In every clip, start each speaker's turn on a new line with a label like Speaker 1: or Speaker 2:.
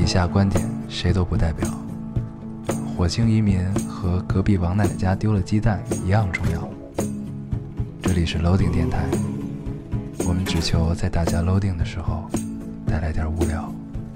Speaker 1: 下观点谁都不代表。火星移民和隔壁王奶奶家丢了鸡蛋一样重要。这里是 Loading 电台，我们只求在大家 Loading 的时候带来点无聊。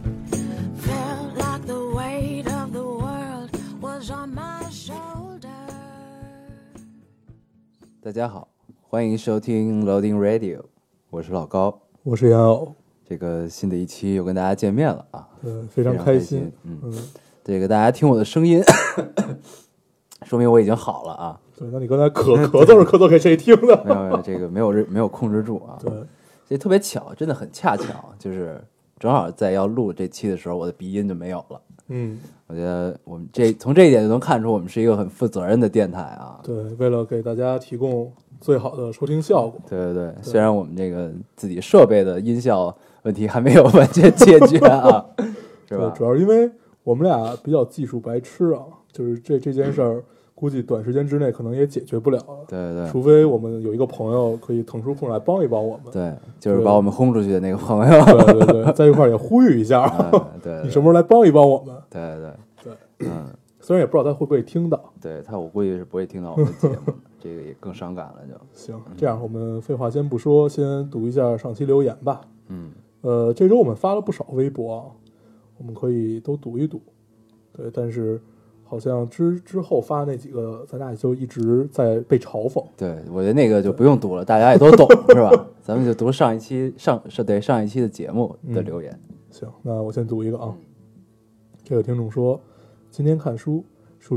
Speaker 1: 大家好，欢迎收听 Loading Radio， 我是老高，
Speaker 2: 我是杨偶。
Speaker 1: 这个新的一期又跟大家见面了啊，
Speaker 2: 非常开心。
Speaker 1: 这个大家听我的声音，说明我已经好了啊。
Speaker 2: 对，那你刚才咳嗽是咳嗽给谁听的？
Speaker 1: 没有，这个没有控制住啊。
Speaker 2: 对，
Speaker 1: 这特别巧，真的很恰巧，就是正好在要录这期的时候，我的鼻音就没有了。我觉得我们从这一点就能看出，我们是一个很负责任的电台啊。
Speaker 2: 对，为了给大家提供最好的收听效果。
Speaker 1: 对，虽然我们这个自己设备的音效问题还没有完全解决啊，是吧？
Speaker 2: 主要是因为我们俩比较技术白痴啊，就是这件事儿，估计短时间之内可能也解决不了了。
Speaker 1: 对，
Speaker 2: 除非我们有一个朋友可以腾出空来帮一帮我们。
Speaker 1: 对，就是把我们轰出去的那个朋友。
Speaker 2: 对，在一块儿也呼吁一下，
Speaker 1: 对，
Speaker 2: 你什么时候来帮一帮我们？
Speaker 1: 对，
Speaker 2: 虽然也不知道他会不会听到。
Speaker 1: 对他，我估计是不会听到我们的节目，这个也更伤感了就。
Speaker 2: 行，这样我们废话先不说，先读一下上期留言吧。这周我们发了不少微博啊，我们可以都读一读。对，但是好像之后发那几个，咱俩也就一直在被嘲讽。
Speaker 1: 对，我觉得那个就不用读了，大家也都懂，是吧？咱们就读上一期的节目的留言。
Speaker 2: 行，那我先读一个啊。这个听众说，今天看书，书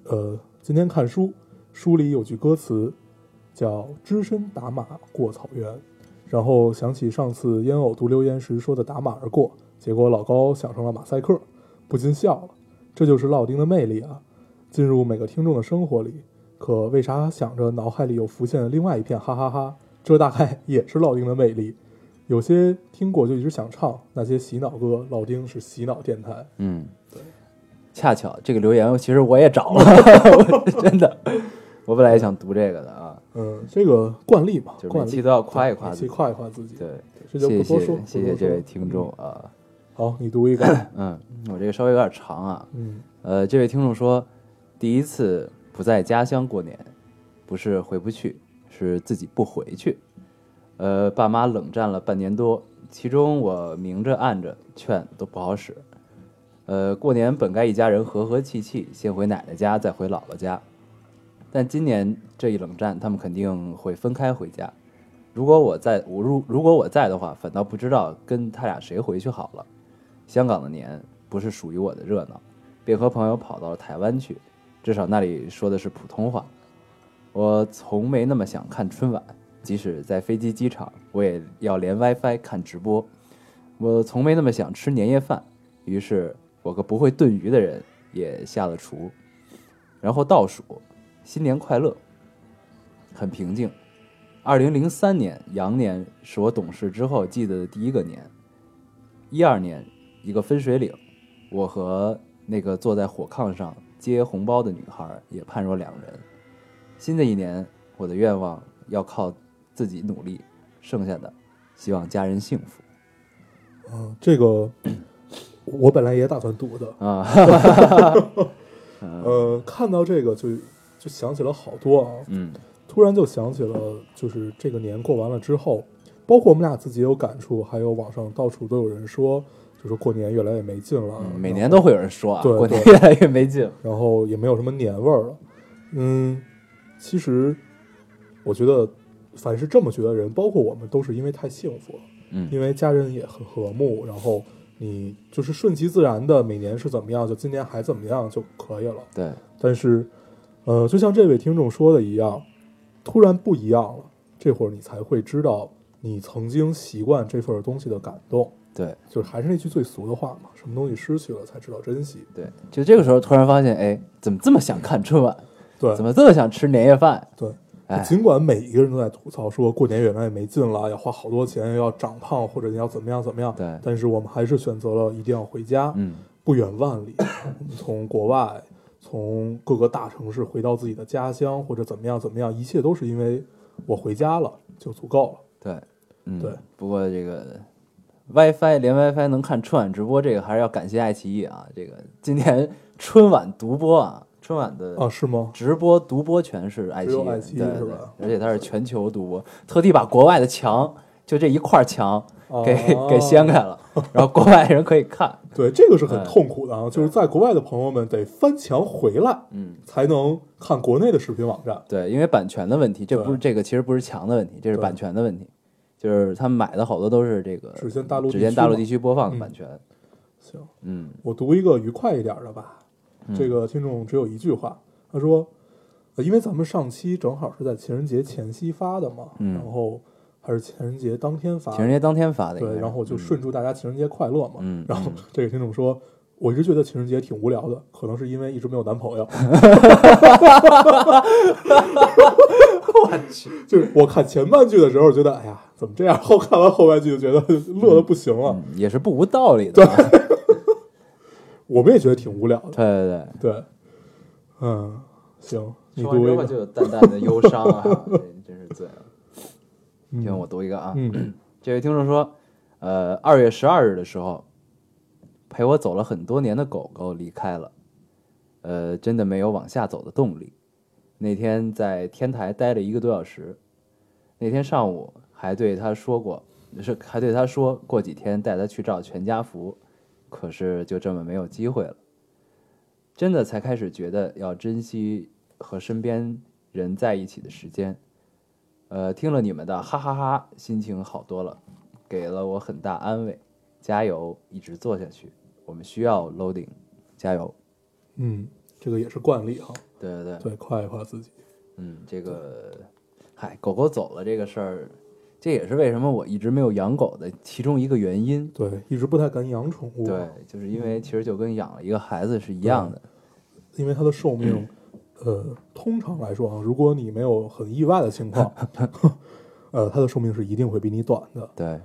Speaker 2: 里有句歌词叫“只身打马过草原”，然后想起上次烟偶读留言时说的打马而过，结果老高想成了马赛克，不禁笑了。这就是烙丁的魅力啊，进入每个听众的生活里，可为啥想着脑海里又浮现另外一片哈哈哈？这大概也是烙丁的魅力。有些听过就一直想唱，那些洗脑歌，烙丁是洗脑电台。对，
Speaker 1: 恰巧这个留言其实我也找了，真的，我本来也想读这个的啊。
Speaker 2: 这个惯例嘛，
Speaker 1: 就是每期都要夸一夸自己，
Speaker 2: 夸一夸自己。
Speaker 1: 对，
Speaker 2: 这就不多说。
Speaker 1: 谢谢这位听众啊。
Speaker 2: 好，你读一个。
Speaker 1: 我这个稍微有点长啊。这位听众说，第一次不在家乡过年，不是回不去，是自己不回去。爸妈冷战了半年多，其中我明着暗着劝都不好使。过年本该一家人和和气气，先回奶奶家，再回姥姥家。但今年这一冷战，他们肯定会分开回家。如果我在的话，反倒不知道跟他俩谁回去好了。香港的年不是属于我的热闹，便和朋友跑到了台湾去，至少那里说的是普通话。我从没那么想看春晚，即使在飞机机场，我也要连 WiFi 看直播。我从没那么想吃年夜饭，于是我个不会炖鱼的人也下了厨。然后倒数，新年快乐。很平静。2003年羊年是我懂事之后记得的第一个年。12年一个分水岭，我和那个坐在火炕上接红包的女孩也判若两人。新的一年，我的愿望要靠自己努力，剩下的希望家人幸福。
Speaker 2: 这个我本来也打算读的啊。看到这个就想起了好多啊。突然就想起了，就是这个年过完了之后，包括我们俩自己有感触，还有网上到处都有人说，就是过年越来越没劲了。
Speaker 1: 每年都会有人说啊，
Speaker 2: 对，
Speaker 1: 过年越来越没劲，
Speaker 2: 然后也没有什么年味儿了。其实我觉得凡是这么觉得的人，包括我们，都是因为太幸福了。因为家人也很和睦，然后你就是顺其自然的，每年是怎么样，就今年还怎么样就可以了。
Speaker 1: 对。
Speaker 2: 但是就像这位听众说的一样，突然不一样了，这会儿你才会知道你曾经习惯这份东西的感动。
Speaker 1: 对，
Speaker 2: 就是还是那句最俗的话嘛，什么东西失去了才知道珍惜。
Speaker 1: 对，就这个时候突然发现，哎，怎么这么想看春晚？
Speaker 2: 对，
Speaker 1: 怎么这么想吃年夜饭？
Speaker 2: 对，尽管每一个人都在吐槽说过年越来越没劲了，要花好多钱，要长胖或者要怎么样怎么样。
Speaker 1: 对，
Speaker 2: 但是我们还是选择了一定要回家。不远万里，从国外，从各个大城市回到自己的家乡，或者怎么样怎么样，一切都是因为我回家了就足够了。
Speaker 1: 对，
Speaker 2: 对。
Speaker 1: 不过这个 WiFi 连 WiFi 能看春晚直播，这个还是要感谢爱奇艺啊。这个今年春晚独播啊，春晚的
Speaker 2: 是吗？
Speaker 1: 直播独播全是爱奇艺，
Speaker 2: 爱奇艺是吧？
Speaker 1: 而且它是全球独播，特地把国外的墙就这一块墙给掀开了，然后国外人可以看。
Speaker 2: 对，这个是很痛苦的啊，就是在国外的朋友们得翻墙回来，才能看国内的视频网站。
Speaker 1: 对，因为版权的问题，这个其实不是墙的问题，这是版权的问题。就是他们买的好多都是这个
Speaker 2: 只限大陆
Speaker 1: 地区播放的版权。
Speaker 2: 行，我读一个愉快一点的吧。这个听众只有一句话，他说：“因为咱们上期正好是在情人节前夕发的嘛，然后还是情人节当天发的，
Speaker 1: 情人节当天发的，
Speaker 2: 对，然后就顺祝大家情人节快乐嘛。然后这个听众说。”我一直觉得情人节挺无聊的，可能是因为一直没有男朋友。
Speaker 1: 我去，
Speaker 2: 就是我看前半句的时候觉得，哎呀，怎么这样？看完后半句就觉得乐得不行了，
Speaker 1: 也是不无道理的。
Speaker 2: 对，我们也觉得挺无聊的。
Speaker 1: 对，
Speaker 2: 行，你
Speaker 1: 读一个，就有淡淡的忧伤啊，真是醉了。听我读一个啊，这位听众说，2月12日的时候。陪我走了很多年的狗狗离开了，真的没有往下走的动力。那天在天台待了1个多小时，那天上午还对他说过几天带他去照全家福，可是就这么没有机会了。真的才开始觉得要珍惜和身边人在一起的时间。听了你们的哈哈哈，心情好多了，给了我很大安慰。加油，一直做下去。我们需要 loading， 加油。
Speaker 2: 这个也是惯例哈。
Speaker 1: 对，
Speaker 2: 夸一夸自己。
Speaker 1: 这个，狗狗走了这个事儿，这也是为什么我一直没有养狗的其中一个原因。
Speaker 2: 对，一直不太敢养宠物。
Speaker 1: 对，就是因为其实就跟养了一个孩子是一样的。
Speaker 2: 因为它的寿命，通常来说啊，如果你没有很意外的情况，它的寿命是一定会比你短的。
Speaker 1: 对，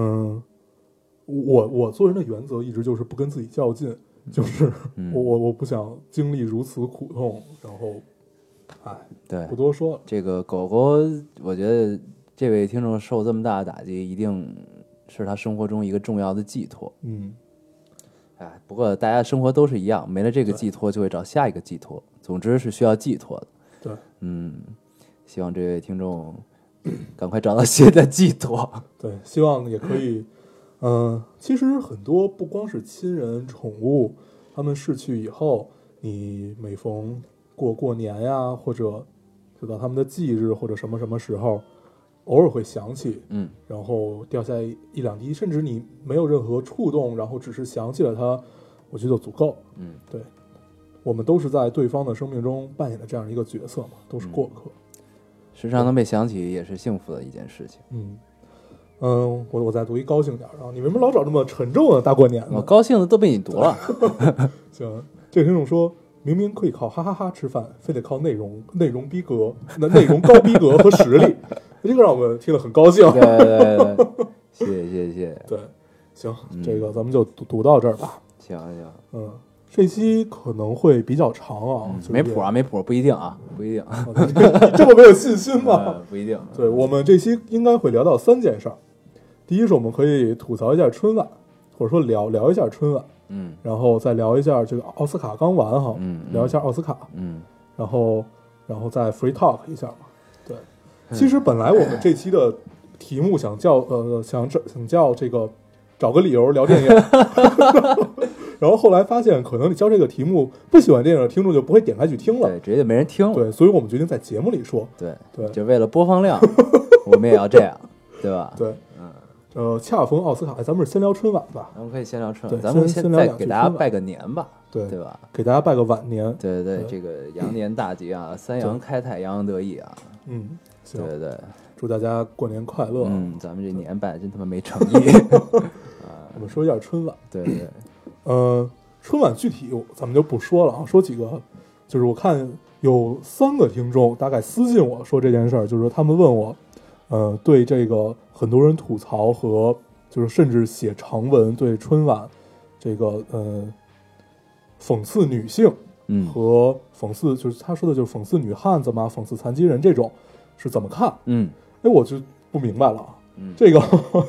Speaker 2: 我做人的原则一直就是不跟自己较劲，就是我不想经历如此苦痛，然后，
Speaker 1: 对，
Speaker 2: 不多说了。
Speaker 1: 这个狗狗，我觉得这位听众受这么大的打击，一定是他生活中一个重要的寄托。不过大家生活都是一样，没了这个寄托，就会找下一个寄托。总之是需要寄托的。
Speaker 2: 对，
Speaker 1: 希望这位听众赶快找到新的寄托。
Speaker 2: 对，希望也可以。其实很多不光是亲人、宠物，他们逝去以后，你每逢过年呀，或者知道他们的忌日或者什么什么时候，偶尔会想起，然后掉下1、2滴，甚至你没有任何触动，然后只是想起了他，我觉得就足够。对，我们都是在对方的生命中扮演的这样一个角色嘛，都是过客。
Speaker 1: 时常能被想起，也是幸福的一件事情。
Speaker 2: 我再读一高兴点啊！你为什么老找这么沉重的大过年呢？
Speaker 1: 我高兴的都被你读了。
Speaker 2: 行，这个听众说明明可以靠哈哈哈吃饭，非得靠内容逼格，内容高逼格和实力，这个让我们听了很高兴。
Speaker 1: 对，谢谢。
Speaker 2: 对，行，这个咱们就读到这儿吧。
Speaker 1: 行。
Speaker 2: 这期可能会比较长啊，
Speaker 1: 没谱，不一定啊，不一定。
Speaker 2: 这么没有信心吗？
Speaker 1: 不一定。
Speaker 2: 对，我们这期应该会聊到3件事儿。第一是我们可以吐槽一下春晚，或者说聊一下春晚，然后再聊一下这个奥斯卡刚完哈，聊一下奥斯卡，然后再 free talk 一下嘛。对，其实本来我们这期的题目想叫这个找个理由聊电影。然后后来发现，可能你教这个题目，不喜欢电影的听众就不会点开去听了，
Speaker 1: 对，直接就没人听了。
Speaker 2: 对，所以我们决定在节目里说。
Speaker 1: 对，就为了播放量，我们也要这样，对吧？
Speaker 2: 对，恰逢奥斯卡，咱们是先聊春晚吧？
Speaker 1: 咱们可以先聊春晚，咱们先再给大家拜个年吧，对吧？
Speaker 2: 给大家拜个晚年。
Speaker 1: 对，这个羊年大吉啊，三阳开泰，洋洋得意啊。
Speaker 2: 行，
Speaker 1: 对，
Speaker 2: 祝大家过年快乐。
Speaker 1: 咱们这年拜真他妈没诚意。
Speaker 2: 我们说一下春晚。
Speaker 1: 对。
Speaker 2: 春晚具体咱们就不说了啊，说几个，就是我看有3个听众大概私信我说这件事儿，就是说他们问我，对这个很多人吐槽和就是甚至写长文对春晚这个讽刺女性，和讽刺就是他说的就是讽刺女汉子嘛，讽刺残疾人这种是怎么看？我就不明白了，这个。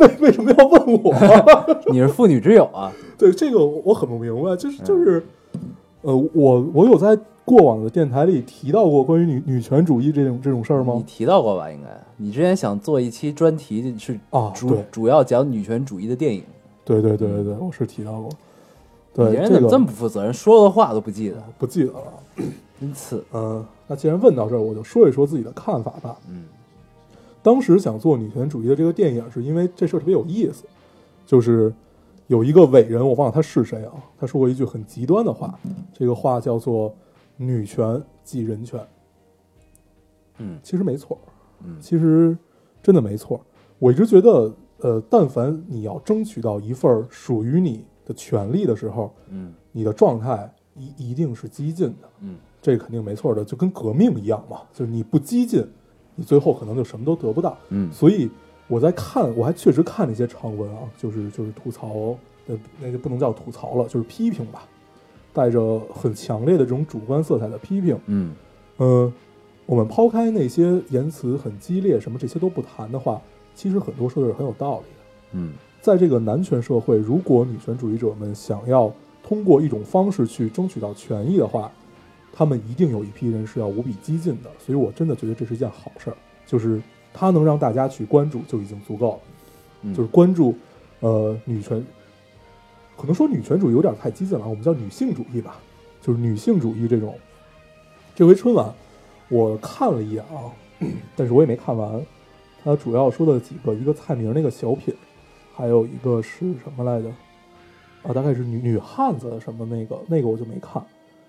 Speaker 2: 为什么要问我？
Speaker 1: 你是妇女之友啊？
Speaker 2: 对，这个我很不明白，就是我有在过往的电台里提到过关于女权主义这种事儿吗？
Speaker 1: 你提到过吧？应该，你之前想做一期专题是主要讲女权主义的电影。
Speaker 2: 对，我是提到过。对，
Speaker 1: 你人怎么这么不负责任，说的话都不记得？
Speaker 2: 不记得了，
Speaker 1: 真次。
Speaker 2: 那既然问到这儿，我就说一说自己的看法吧。当时想做女权主义的这个电影，是因为这事儿特别有意思，就是有一个伟人，我忘了他是谁啊，他说过一句很极端的话，这个话叫做“女权即人权”。其实没错，其实真的没错。我一直觉得，但凡你要争取到一份属于你的权利的时候，你的状态一定是激进的，这肯定没错的，就跟革命一样嘛，就是你不激进，你最后可能就什么都得不到。所以我还确实看了一些长文啊，就是吐槽，那就不能叫吐槽了，就是批评吧，带着很强烈的这种主观色彩的批评。我们抛开那些言辞很激烈什么这些都不谈的话，其实很多说的是很有道理的。在这个男权社会，如果女权主义者们想要通过一种方式去争取到权益的话，他们一定有一批人是要无比激进的。所以我真的觉得这是一件好事儿，就是它能让大家去关注就已经足够了。就是关注女权，可能说女权主义有点太激进了，我们叫女性主义吧，就是女性主义这种。这回春晚我看了一眼啊，但是我也没看完。它主要说的几个，一个蔡明那个小品，还有一个是什么来着？大概是女汉子什么那个我就没看。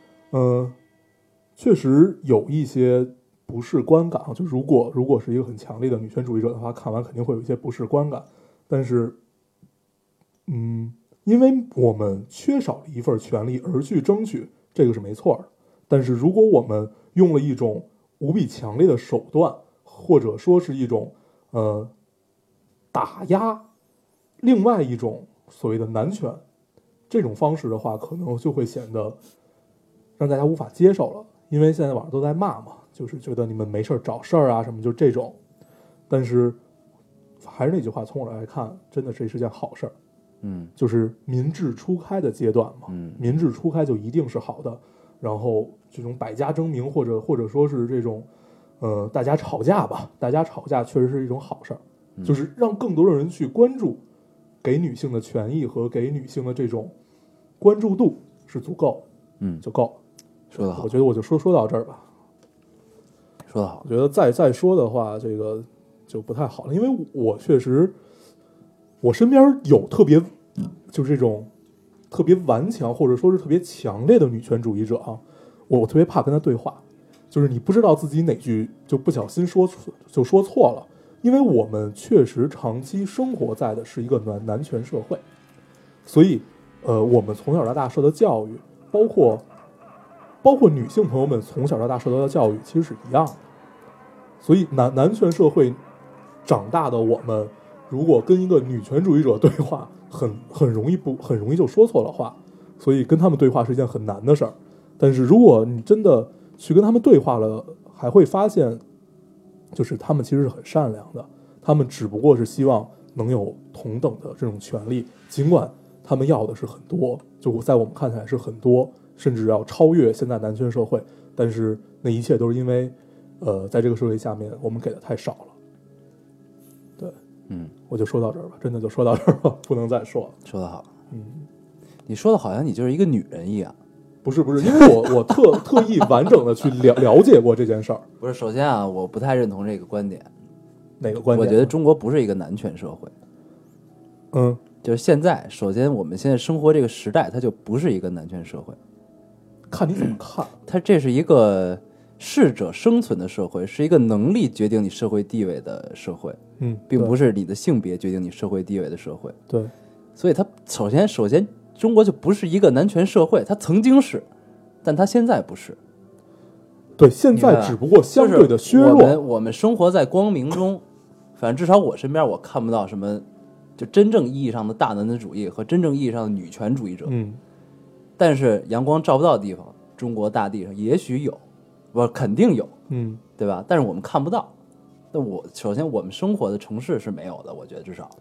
Speaker 2: 确实有一些不适观感啊，就如果是一个很强烈的女权主义者的话，看完肯定会有一些不适观感。但是，因为我们缺少了一份权利而去争取，这个是没错的。但是如果我们用了一种无比强烈的手段，或者说是一种打压另外一种所谓的男权这种方式的话，可能就会显得让大家无法接受了。因为现在网上都在骂嘛，就是觉得你们没事找事儿啊什么，就这种。但是还是那句话，从我来看，真的这是件好事儿。就是民智初开的阶段嘛，民智初开就一定是好的。然后这种百家争鸣，或者说是这种大家吵架吧，大家吵架确实是一种好事儿，就是让更多的人去关注，给女性的权益和给女性的这种关注度是足够，就够了。
Speaker 1: 说得好，
Speaker 2: 我觉得我就说到这儿吧。
Speaker 1: 说得好，
Speaker 2: 我觉得再说的话，这个就不太好了，因为我确实，我身边有就是这种特别顽强或者说是特别强烈的女权主义者啊，我特别怕跟他对话，就是你不知道自己哪句就不小心说错了，因为我们确实长期生活在的是一个男权社会，所以我们从小到大受的教育，包括女性朋友们从小到大受到的教育其实是一样的，所以男权社会长大的我们，如果跟一个女权主义者对话，很容易就说错了话，所以跟他们对话是一件很难的事儿。但是如果你真的去跟他们对话了，还会发现，就是他们其实是很善良的，他们只不过是希望能有同等的这种权利，尽管他们要的是很多，就在我们看起来是很多，甚至要超越现在男权社会，但是那一切都是因为在这个社会下面我们给的太少了。对，我就说到这儿吧，真的就说到这儿吧，不能再说了。
Speaker 1: 说得好，你说的好像你就是一个女人一样。
Speaker 2: 不是，因为我特意完整的去了解过这件事儿。
Speaker 1: 不是，首先啊，我不太认同这个观点。
Speaker 2: 哪个观点？
Speaker 1: 我觉得中国不是一个男权社会。就是现在，首先我们现在生活这个时代，它就不是一个男权社会。
Speaker 2: 看你怎么看。
Speaker 1: 它这是一个适者生存的社会，是一个能力决定你社会地位的社会。并不是你的性别决定你社会地位的社会。
Speaker 2: 对。
Speaker 1: 所以它首先中国就不是一个男权社会，它曾经是，但它现在不是。
Speaker 2: 对，现在只不过相对的削弱。
Speaker 1: 就是我们生活在光明中，反正至少我身边我看不到什么就真正意义上的大男子主义和真正意义上的女权主义者。但是阳光照不到的地方，中国大地上也许有，肯定有，对吧？但是我们看不到。那首先我们生活的城市是没有的，我觉得至少。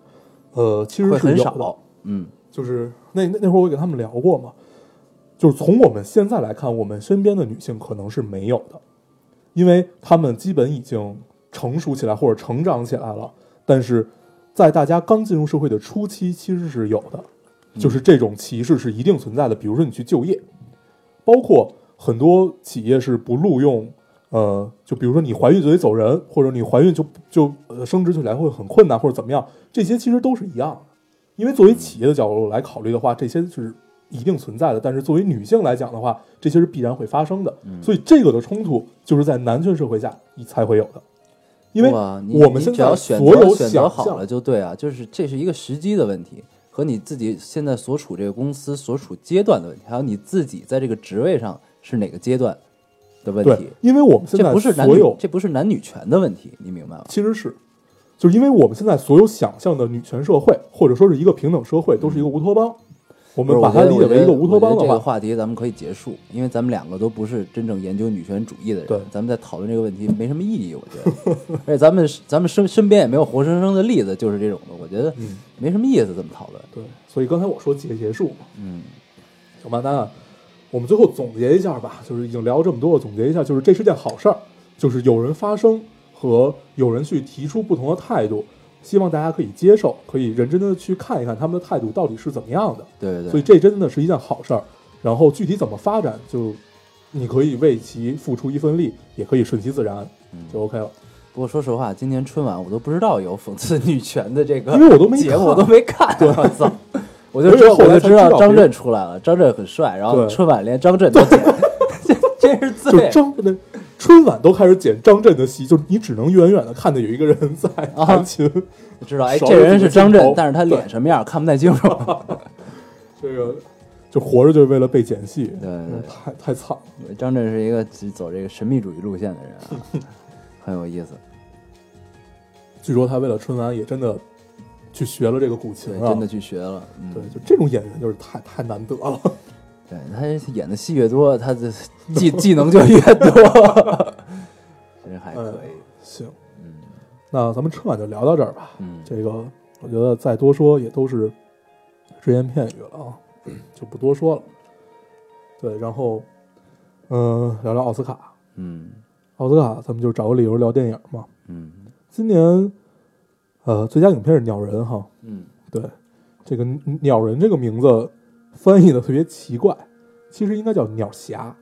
Speaker 2: 其实
Speaker 1: 会很
Speaker 2: 是有的
Speaker 1: 少，
Speaker 2: 就是那会儿我给他们聊过嘛，就是从我们现在来看，我们身边的女性可能是没有的，因为她们基本已经成熟起来或者成长起来了，但是在大家刚进入社会的初期，其实是有的，就是这种歧视是一定存在的。比如说你去就业，包括很多企业是不录用，就比如说你怀孕就得走人，或者你怀孕就升职起来会很困难，或者怎么样，这些其实都是一样的。因为作为企业的角度来考虑的话，这些是一定存在的，但是作为女性来讲的话，这些是必然会发生的。所以这个的冲突就是在男权社会下你才会有的。因为我们现在所有
Speaker 1: 选择好了就对啊，就是这是一个时机的问题，和你自己现在所处这个公司所处阶段的问题，还有你自己在这个职位上是哪个阶段的问题。
Speaker 2: 对，因为我们现在
Speaker 1: 这不是男女权的问题，你明白吗？
Speaker 2: 其实是，就是因为我们现在所有想象的女权社会，或者说是一个平等社会，都是一个乌托邦。我们把它理解为一个乌托邦的话，
Speaker 1: 这个话题咱们可以结束，因为咱们两个都不是真正研究女权主义的人，
Speaker 2: 对，
Speaker 1: 咱们在讨论这个问题没什么意义，我觉得。而且咱们身边也没有活生生的例子，就是这种的，我觉得没什么意思，这么讨论。
Speaker 2: 对，所以刚才我说结束嘛，小曼丹啊，我们最后总结一下吧，就是已经聊了这么多，总结一下，就是这是件好事儿，就是有人发声和有人去提出不同的态度。希望大家可以接受，可以认真的去看一看他们的态度到底是怎么样的。
Speaker 1: 对对对，
Speaker 2: 所以这真的是一件好事儿。然后具体怎么发展，就你可以为其付出一份力，也可以顺其自然，就 OK 了。
Speaker 1: 不过说实话，今年春晚我都不知道有讽刺女权的这个，
Speaker 2: 因为我都没
Speaker 1: 节目，我都没看。
Speaker 2: 对，
Speaker 1: 我操！我就知道张震出来了，张震很帅，然后春晚连张震都剪，真是醉。
Speaker 2: 就春晚都开始剪张震的戏，就是你只能远远的看到有一个人在弹琴，
Speaker 1: 知道这人是张震，但是他脸什么样看不太清楚。
Speaker 2: 这个就活着就是为了被剪戏，
Speaker 1: 对，
Speaker 2: 太惨了。
Speaker 1: 张震是一个走这个神秘主义路线的人，很有意思。
Speaker 2: 据说他为了春晚也真的去学了这个古琴，
Speaker 1: 真的去学了。
Speaker 2: 对，就这种演员就是太难得了。
Speaker 1: 对，他演的戏越多，他的技能就越多，真还可以。
Speaker 2: 行，那咱们春晚就聊到这儿吧。这个我觉得再多说也都是只言片语了啊，就不多说了。对，然后聊聊奥斯卡。奥斯卡咱们就找个理由聊电影嘛。今年最佳影片是《鸟人》哈。对，这个鸟人这个名字翻译的特别奇怪，其实应该叫鸟侠。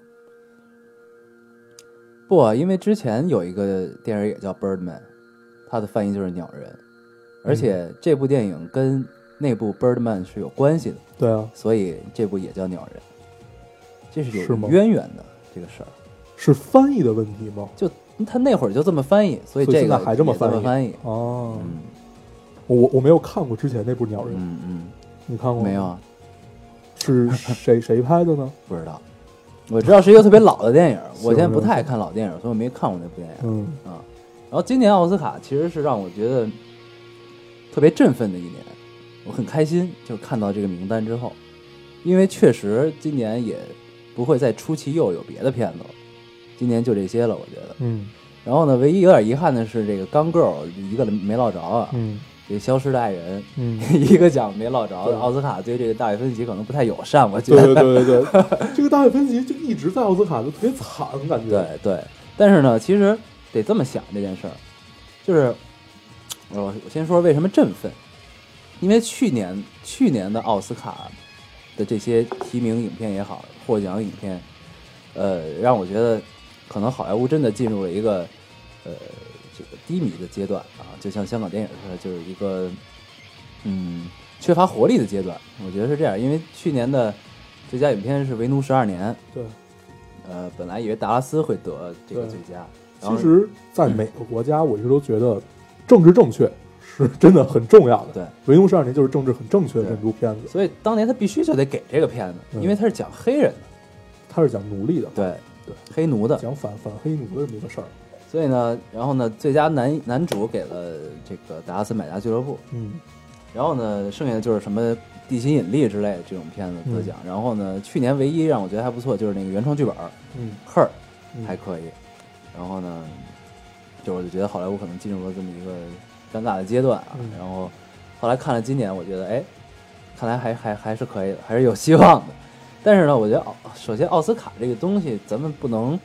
Speaker 1: 不，因为之前有一个电影也叫 Birdman， 它的翻译就是鸟人，而且这部电影跟那部 Birdman 是有关系的。
Speaker 2: 对啊，
Speaker 1: 所以这部也叫鸟人，这是有渊源的。这个事儿
Speaker 2: 是翻译的问题吗？
Speaker 1: 就他那会儿就这么翻译，所以这个
Speaker 2: 还这么翻
Speaker 1: 译
Speaker 2: 哦。我没有看过之前那部鸟人。你看过吗？
Speaker 1: 没有啊。
Speaker 2: 是谁拍的呢？
Speaker 1: 不知道，我知道是一个特别老的电影。我现在不太爱看老电影，所以我没看过那部电影。然后今年奥斯卡其实是让我觉得特别振奋的一年，我很开心，就看到这个名单之后，因为确实今年也不会再出其右有别的片子了，今年就这些了，我觉得。然后呢，唯一有点遗憾的是这个《钢 girl》一个没落着啊。这个消失的爱人，一个奖没落着。奥斯卡对这个大卫芬奇可能不太友善，我觉得。
Speaker 2: 对，这个大卫芬奇就一直在奥斯卡就特别惨，感觉。
Speaker 1: 对，但是呢，其实得这么想这件事儿，就是我先说为什么振奋，因为去年的奥斯卡的这些提名影片也好，获奖影片，让我觉得可能好莱坞真的进入了一个这个低迷的阶段啊，就像香港电影似的，就是一个缺乏活力的阶段。我觉得是这样，因为去年的最佳影片是《为奴12年》，
Speaker 2: 对，
Speaker 1: 本来以为达拉斯会得这个最佳。
Speaker 2: 其实，在每个国家，我一直都觉得政治正确是真的很重要的。
Speaker 1: 对，《
Speaker 2: 为奴12年》就是政治很正确的这部片子，
Speaker 1: 所以当年他必须就得给这个片子，因为他是讲黑人的，
Speaker 2: 他是讲奴隶的，
Speaker 1: 对，黑奴的，
Speaker 2: 讲反黑奴的这么一个事儿。
Speaker 1: 所以呢，然后呢，最佳男主给了这个达拉斯买家俱乐部，然后呢，剩下的就是什么地心引力之类的这种片子得奖。然后呢，去年唯一让我觉得还不错就是那个原创剧本，Her 还可以。然后呢，就我就觉得好莱坞可能进入了这么一个尴尬的阶段啊。然后后来看了今年，我觉得哎，看来还是可以的，还是有希望的。但是呢，我觉得首先奥斯卡这个东西，咱们不能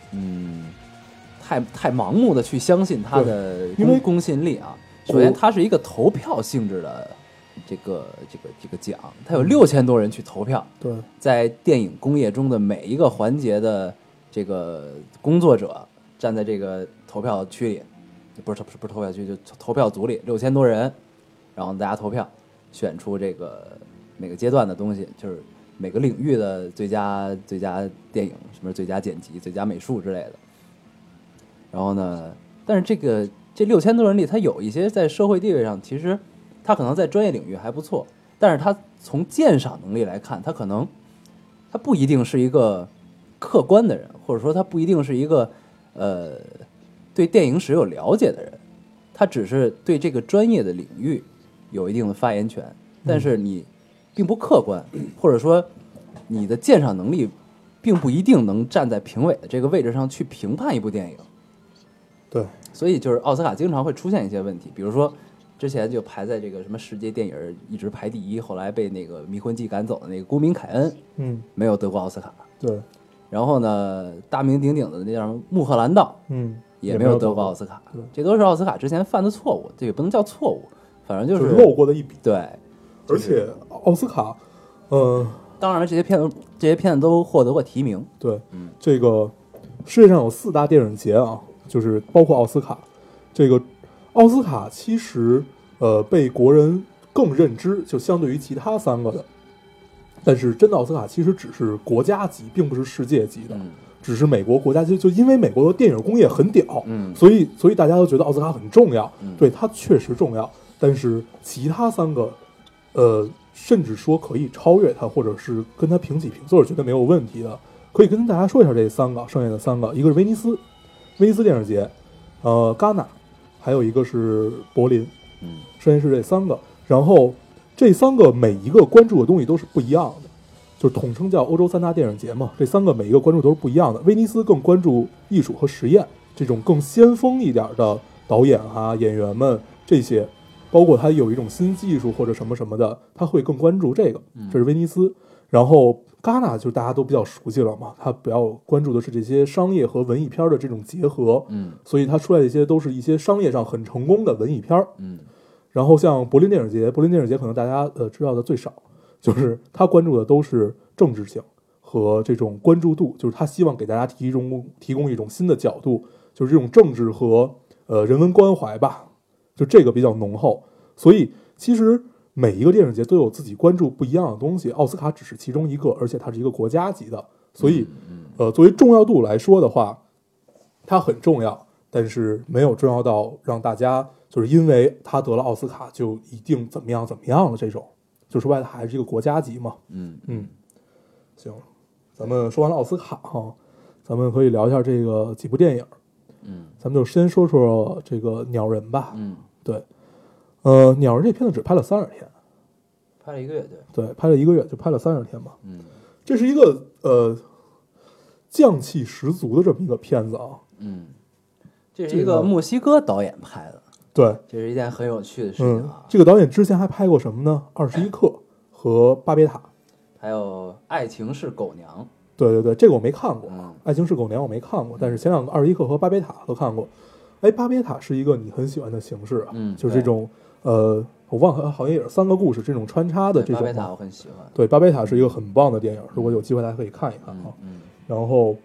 Speaker 1: 太盲目的去相信它的公信力啊。首先，它是一个投票性质的这个奖，它有6000多人去投票。
Speaker 2: 对，
Speaker 1: 在电影工业中的每一个环节的这个工作者站在这个投票区里，不是投票区，就投票组里6000多人，然后大家投票选出这个每个阶段的东西，就是每个领域的最佳电影，什么最佳剪辑、最佳美术之类的。然后呢，但是这6000多人里，他有一些在社会地位上，其实他可能在专业领域还不错，但是他从鉴赏能力来看，他不一定是一个客观的人，或者说他不一定是一个对电影史有了解的人，他只是对这个专业的领域有一定的发言权，但是你并不客观，或者说你的鉴赏能力并不一定能站在评委的这个位置上去评判一部电影。
Speaker 2: 对，
Speaker 1: 所以就是奥斯卡经常会出现一些问题，比如说之前就排在这个什么世界电影一直排第一，后来被那个迷魂记赶走的那个公民凯恩，没有得过奥斯卡。
Speaker 2: 对，
Speaker 1: 然后呢，大名鼎鼎的那叫穆赫兰道，也没有得过奥斯卡。这都是奥斯卡之前犯的错误，这也不能叫错误，反正就是
Speaker 2: 漏过的一笔。
Speaker 1: 对，
Speaker 2: 而且奥斯卡，
Speaker 1: 当然这些片子都获得过提名。
Speaker 2: 对，这个世界上有4大电影节啊。就是包括奥斯卡，这个奥斯卡其实被国人更认知，就相对于其他3个的。但是真的奥斯卡其实只是国家级，并不是世界级的，只是美国国家级。就因为美国的电影工业很屌，所以大家都觉得奥斯卡很重要。对，它确实重要，但是其他3个甚至说可以超越它，或者是跟它平起平坐，是绝对没有问题的。可以跟大家说一下这3个，剩下的3个，一个是威尼斯电影节，戛纳，还有一个是柏林，剩下是这3个。然后这3个每一个关注的东西都是不一样的，就是统称叫欧洲3大电影节嘛。这3个每一个关注都是不一样的。威尼斯更关注艺术和实验，这种更先锋一点的导演啊、演员们这些，包括他有一种新技术或者什么什么的，他会更关注这个。这是威尼斯。然后戛纳就大家都比较熟悉了嘛，他比较关注的是这些商业和文艺片的这种结合，所以他出来的一些都是一些商业上很成功的文艺片，然后像柏林电影节可能大家知道的最少，就是他关注的都是政治性和这种关注度，就是他希望给大家提供一种新的角度，就是这种政治和人文关怀吧，就这个比较浓厚。所以其实每一个电影节都有自己关注不一样的东西，奥斯卡只是其中一个，而且它是一个国家级的，所以作为重要度来说的话，它很重要，但是没有重要到让大家就是因为他得了奥斯卡就一定怎么样的这种，就说白了还是一个国家级嘛。行，咱们说完了奥斯卡哈，咱们可以聊一下这个几部电影。咱们就先说说这个鸟人吧。对。鸟人这片子只拍了30天，
Speaker 1: 拍了1个月，
Speaker 2: 对，拍了1个月就拍了30天嘛。这是一个匠气十足的这么一个片子啊。
Speaker 1: 这是一个墨西哥导演拍的，
Speaker 2: 对，
Speaker 1: 这是一件很有趣的事情啊。
Speaker 2: 这个导演之前还拍过什么呢？21克和巴别塔，
Speaker 1: 还有《爱情是狗娘》。
Speaker 2: 对，这个我没看过，爱情是狗娘》我没看过，但是前2个21克和巴别塔都看过。哎，巴别塔是一个你很喜欢的形式啊，就是这种。我忘了，好像也是3个故事这种穿插的这种。巴
Speaker 1: 别塔我很喜欢。
Speaker 2: 对，巴别塔是一个很棒的电影，如果有机会大家可以看一看啊。然后，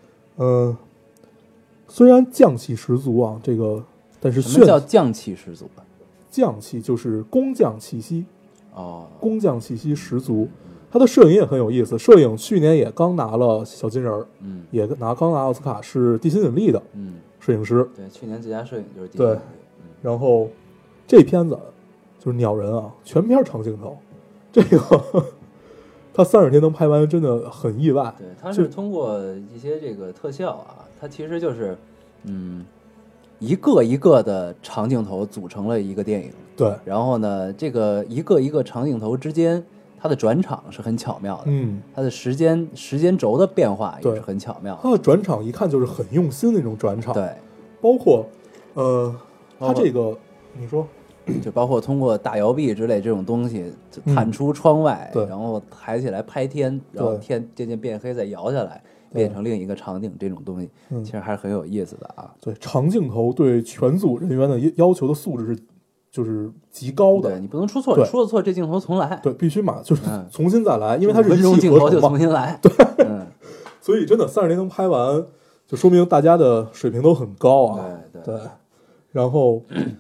Speaker 2: 虽然匠气十足啊，这个但是
Speaker 1: 什么叫匠气十足？
Speaker 2: 匠气就是工匠气息
Speaker 1: 哦，
Speaker 2: 工匠气息十足。他的摄影也很有意思，摄影去年也刚拿了小金人，也刚拿奥斯卡，是地心引力的摄影师。
Speaker 1: 对，去年最佳摄影就是地心引力。
Speaker 2: 然后。这片子就是鸟人啊，全片长镜头，这个他30天能拍完，真的很意外。
Speaker 1: 对，他是通过一些这个特效啊，它其实就是一个一个的长镜头组成了一个电影。
Speaker 2: 对，
Speaker 1: 然后呢，这个一个一个长镜头之间，它的转场是很巧妙的。它的时间轴的变化也是很巧妙的。
Speaker 2: 它的转场一看就是很用心的那种转场。
Speaker 1: 对，
Speaker 2: 包括他这个。你说
Speaker 1: 就包括通过大摇臂之类这种东西，就探出窗外，
Speaker 2: 对
Speaker 1: 然后抬起来拍天，然后天渐渐变黑，再摇下来，变成另一个场景，这种东西其实还是很有意思的啊。
Speaker 2: 对，长镜头对全组人员的要求的素质是就是极高的，
Speaker 1: 对你不能出错，你出了错这镜头重来，
Speaker 2: 对，必须就是重新再来，因为它是
Speaker 1: 一气
Speaker 2: 镜
Speaker 1: 头就重新来，
Speaker 2: 对，所以真的30年能拍完，就说明大家的水平都很高啊，对，然后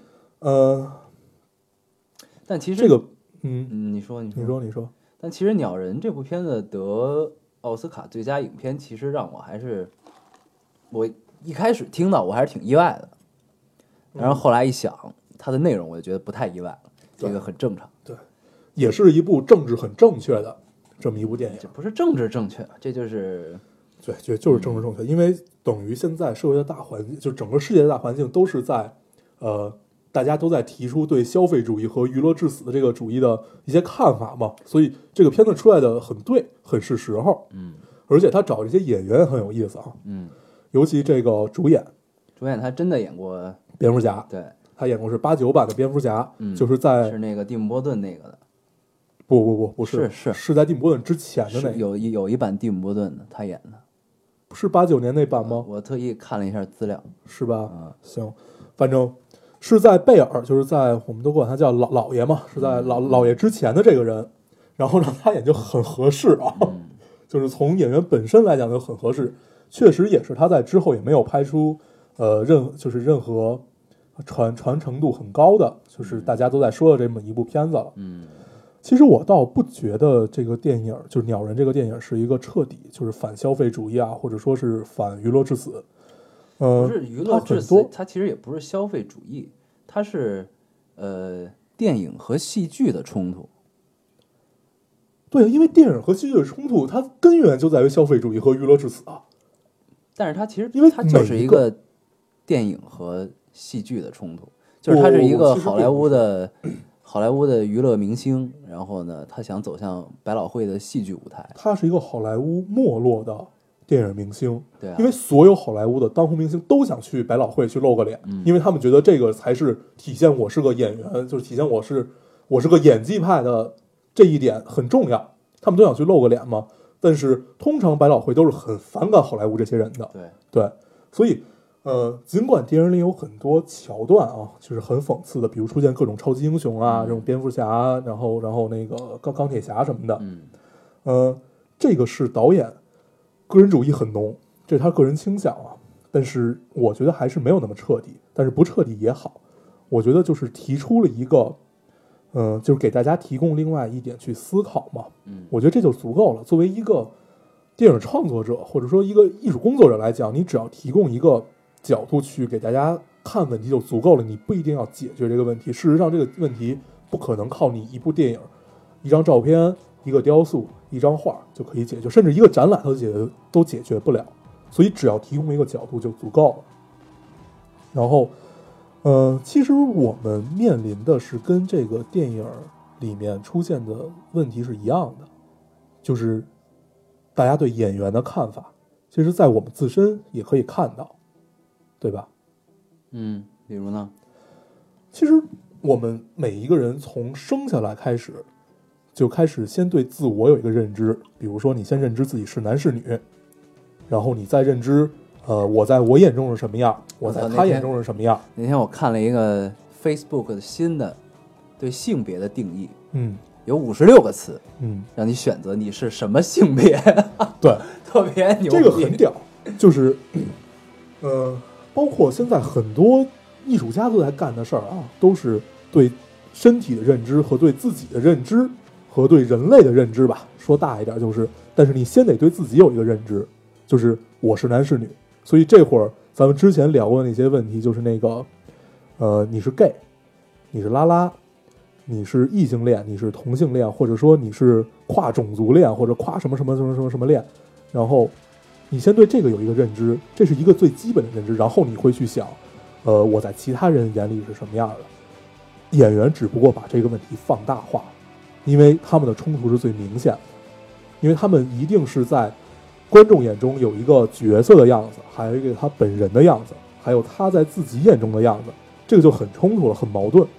Speaker 1: 但其实
Speaker 2: 这个，
Speaker 1: 你说，但其实《鸟人》这部片子得奥斯卡最佳影片，其实让我一开始听到我还是挺意外的，然后后来一想，它的内容我就觉得不太意外了，这个很正常。
Speaker 2: 对，也是一部政治很正确的这么一部电影。
Speaker 1: 这不是政治正确，这就是
Speaker 2: 对，就是政治正确，因为等于现在社会的大环境，就整个世界的大环境都是在大家都在提出对消费主义和娱乐至死的这个主义的一些看法嘛，所以这个片子出来的很对，很是时候。而且他找这些演员很有意思啊。尤其这个主演
Speaker 1: 他真的演过
Speaker 2: 蝙蝠侠，
Speaker 1: 对，
Speaker 2: 他演过是89版的蝙蝠侠，就是在
Speaker 1: 是那个蒂姆·波顿那个的。
Speaker 2: 不是在蒂姆·波顿之前的那个，
Speaker 1: 有一版蒂姆·波顿的，他演的，
Speaker 2: 不是89年那版吗？
Speaker 1: 我特意看了一下资料，
Speaker 2: 是吧？行，反正是在贝尔，就是在我们都管他叫老爷嘛，是在老爷之前的这个人，然后让他演就很合适啊，就是从演员本身来讲就很合适，确实也是他在之后也没有拍出任何传承度很高的，就是大家都在说的这么一部片子了。其实我倒不觉得这个电影就是《鸟人》这个电影是一个彻底就是反消费主义啊，或者说是反娱乐至死。
Speaker 1: 不是娱乐至死，它其实也不是消费主义，它是电影和戏剧的冲突。
Speaker 2: 对，因为电影和戏剧的冲突，它根源就在于消费主义和娱乐至死啊。
Speaker 1: 但是它其实
Speaker 2: 因为
Speaker 1: 它就是一个电影和戏剧的冲突，就是它是一个好莱坞的娱乐明星，然后呢，他想走向百老汇的戏剧舞台。
Speaker 2: 他是一个好莱坞没落的电影明星，
Speaker 1: 对啊，
Speaker 2: 因为所有好莱坞的当红明星都想去百老汇去露个脸，因为他们觉得这个才是体现我是个演员，就是体现我是个演技派的这一点很重要，他们都想去露个脸嘛。但是通常百老汇都是很反感好莱坞这些人的，对，所以尽管电影里有很多桥段啊，就是很讽刺的，比如出现各种超级英雄啊，这种蝙蝠侠，然后那个钢铁侠什么的，这个是导演个人主义很浓，这是他个人倾向啊，但是我觉得还是没有那么彻底，但是不彻底也好，我觉得就是提出了一个就是给大家提供另外一点去思考嘛，我觉得这就足够了。作为一个电影创作者或者说一个艺术工作者来讲，你只要提供一个角度去给大家看问题就足够了，你不一定要解决这个问题。事实上，这个问题不可能靠你一部电影、一张照片、一个雕塑、一张画就可以解决，甚至一个展览都解决不了。所以，只要提供一个角度就足够了。然后，其实我们面临的是跟这个电影里面出现的问题是一样的，就是大家对演员的看法，其实在我们自身也可以看到。对吧？
Speaker 1: 比如呢？
Speaker 2: 其实我们每一个人从生下来开始，就开始先对自我有一个认知。比如说，你先认知自己是男是女，然后你再认知，我在我眼中是什么样，我在他眼中是什么样。
Speaker 1: 那天我看了一个 Facebook 的新的对性别的定义，有56个词，让你选择你是什么性别。
Speaker 2: 对，
Speaker 1: 特别牛逼，
Speaker 2: 这个很屌，就是，包括现在很多艺术家都在干的事儿啊，都是对身体的认知和对自己的认知和对人类的认知吧，说大一点就是，但是你先得对自己有一个认知，就是我是男是女。所以这会儿咱们之前聊过的那些问题，就是那个，你是 gay， 你是拉拉，你是异性恋，你是同性恋，或者说你是跨种族恋，或者跨什么什么什么什么什么恋，然后你先对这个有一个认知，这是一个最基本的认知，然后你会去想，我在其他人眼里是什么样的。演员只不过把这个问题放大化，因为他们的冲突是最明显的，因为他们一定是在观众眼中有一个角色的样子，还有一个他本人的样子，还有他在自己眼中的样子，这个就很冲突了，很矛盾。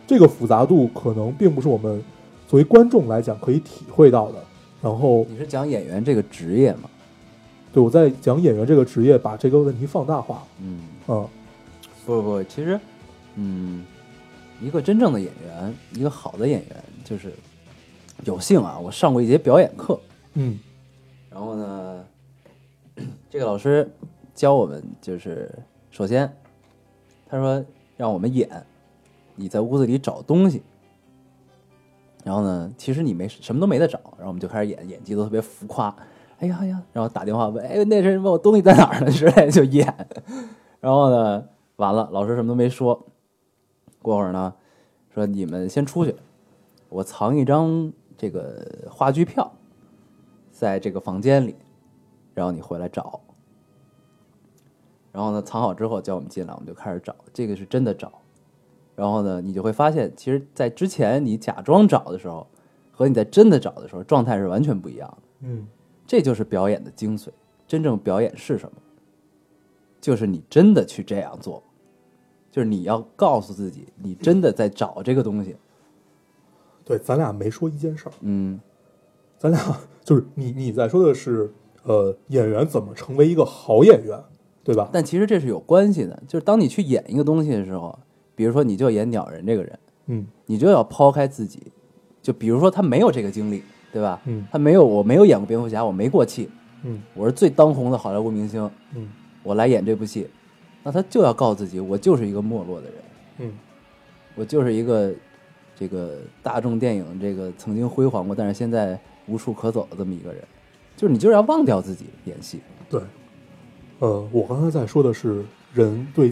Speaker 2: 这个复杂度可能并不是我们作为观众来讲可以体会到的。然后
Speaker 1: 你是讲演员这个职业吗？
Speaker 2: 对，我在讲演员这个职业，把这个问题放大化。
Speaker 1: 不，其实，一个真正的演员，一个好的演员，就是有幸啊，我上过一节表演课，然后呢，这个老师教我们，就是首先他说让我们演，你在屋子里找东西，然后呢，其实你什么都没得找，然后我们就开始演技都特别浮夸，哎呀，然后打电话问，哎，那人问我东西在哪儿呢之类的就演，然后呢，完了，老师什么都没说，过会儿呢，说你们先出去，我藏一张这个话剧票，在这个房间里，然后你回来找。然后呢，藏好之后叫我们进来，我们就开始找，这个是真的找。然后呢，你就会发现，其实，在之前你假装找的时候，和你在真的找的时候，状态是完全不一样的。这就是表演的精髓。真正表演是什么？就是你真的去这样做，就是你要告诉自己，你真的在找这个东西。
Speaker 2: 对，咱俩没说一件事儿。咱俩就是你在说的是，演员怎么成为一个好演员，对吧？
Speaker 1: 但其实这是有关系的，就是当你去演一个东西的时候，比如说你就演鸟人这个人，你就要抛开自己，就比如说他没有这个经历，对吧？他没有，我没有演过蝙蝠侠，我没过气，我是最当红的好莱坞明星，我来演这部戏，那他就要告诉自己，我就是一个没落的人，我就是一个这个大众电影这个曾经辉煌过，但是现在无处可走的这么一个人，就是你就是要忘掉自己演戏。
Speaker 2: 对，我刚才在说的是人对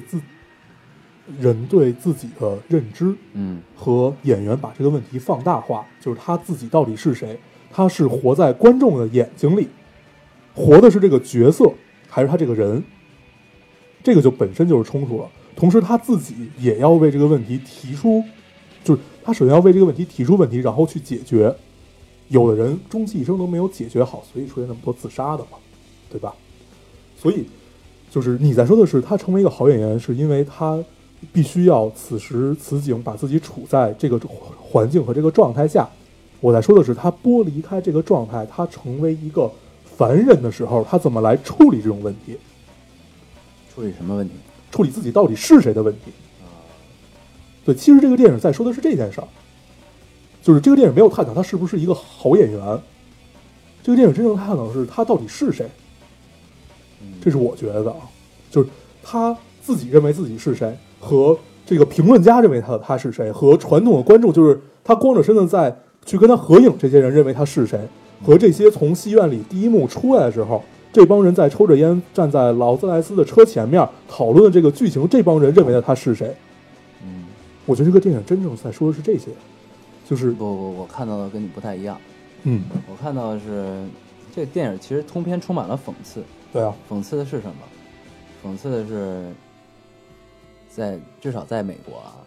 Speaker 2: 自己的认知，和演员把这个问题放大化，就是他自己到底是谁？他是活在观众的眼睛里，活的是这个角色，还是他这个人？这个就本身就是冲突了。同时，他自己也要为这个问题提出，就是他首先要为这个问题提出问题，然后去解决。有的人终其一生都没有解决好，所以出现那么多自杀的嘛，对吧？所以，就是你在说的是，他成为一个好演员，是因为他必须要此时此景把自己处在这个环境和这个状态下。我在说的是，他剥离开这个状态，他成为一个凡人的时候，他怎么来处理这种问题？
Speaker 1: 处理什么问题？
Speaker 2: 处理自己到底是谁的问题。对，其实这个电影在说的是这件事儿，就是这个电影没有探讨他是不是一个好演员，这个电影真正探讨的是他到底是谁。这是我觉得啊，就是他自己认为自己是谁，和这个评论家认为他是谁，和传统的观众，就是他光着身子在去跟他合影，这些人认为他是谁，和这些从戏院里第一幕出来的时候，这帮人在抽着烟站在劳斯莱斯的车前面讨论的这个剧情，这帮人认为的他是谁？我觉得这个电影真正在说的是这些，就是
Speaker 1: 我看到的跟你不太一样。我看到的是这个电影其实通篇充满了讽刺。
Speaker 2: 对啊，
Speaker 1: 讽刺的是什么？讽刺的是至少在美国啊，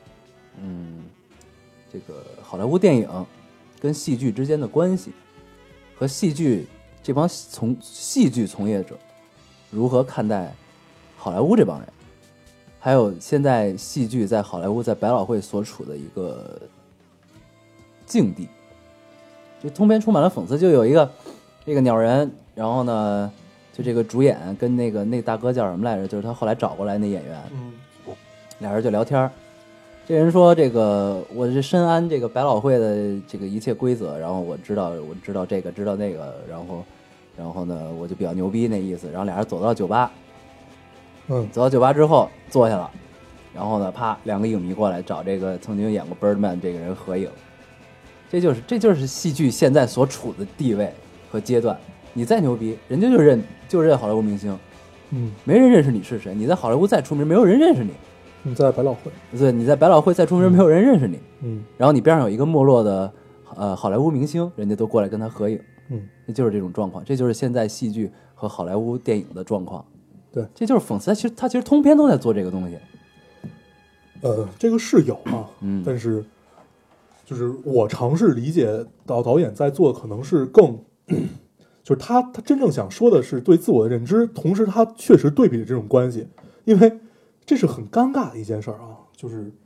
Speaker 1: 这个好莱坞电影跟戏剧之间的关系，和戏剧这帮戏剧从业者如何看待好莱坞这帮人，还有现在戏剧在好莱坞在百老汇所处的一个境地，就通篇充满了讽刺。就有一个这个鸟人，然后呢，就这个主演跟那大哥叫什么来着？就是他后来找过来那演员，俩人就聊天。这人说：“这个我是深谙这个百老汇的这个一切规则，然后我知道这个，知道那个，然后呢，我就比较牛逼那意思。然后俩人走到酒吧，走到酒吧之后坐下了，然后呢，啪，两个影迷过来找这个曾经演过 Birdman 这个人合影。这就是戏剧现在所处的地位和阶段。你再牛逼，人家就认好莱坞明星，没人认识你是谁。你在好莱坞再出名，没有人认识你。
Speaker 2: 你在百老汇，
Speaker 1: 对，你在百老汇再出名，没有人认识你。然后你边上有一个没落的好莱坞明星，人家都过来跟他合影。那就是这种状况，这就是现在戏剧和好莱坞电影的状况。
Speaker 2: 对，
Speaker 1: 这就是讽刺。他其实通篇都在做这个东西。
Speaker 2: 这个是有啊，但是就是我尝试理解导演在做的可能是更，就是他真正想说的是对自我的认知，同时他确实对比了这种关系，因为这是很尴尬的一件事啊，就是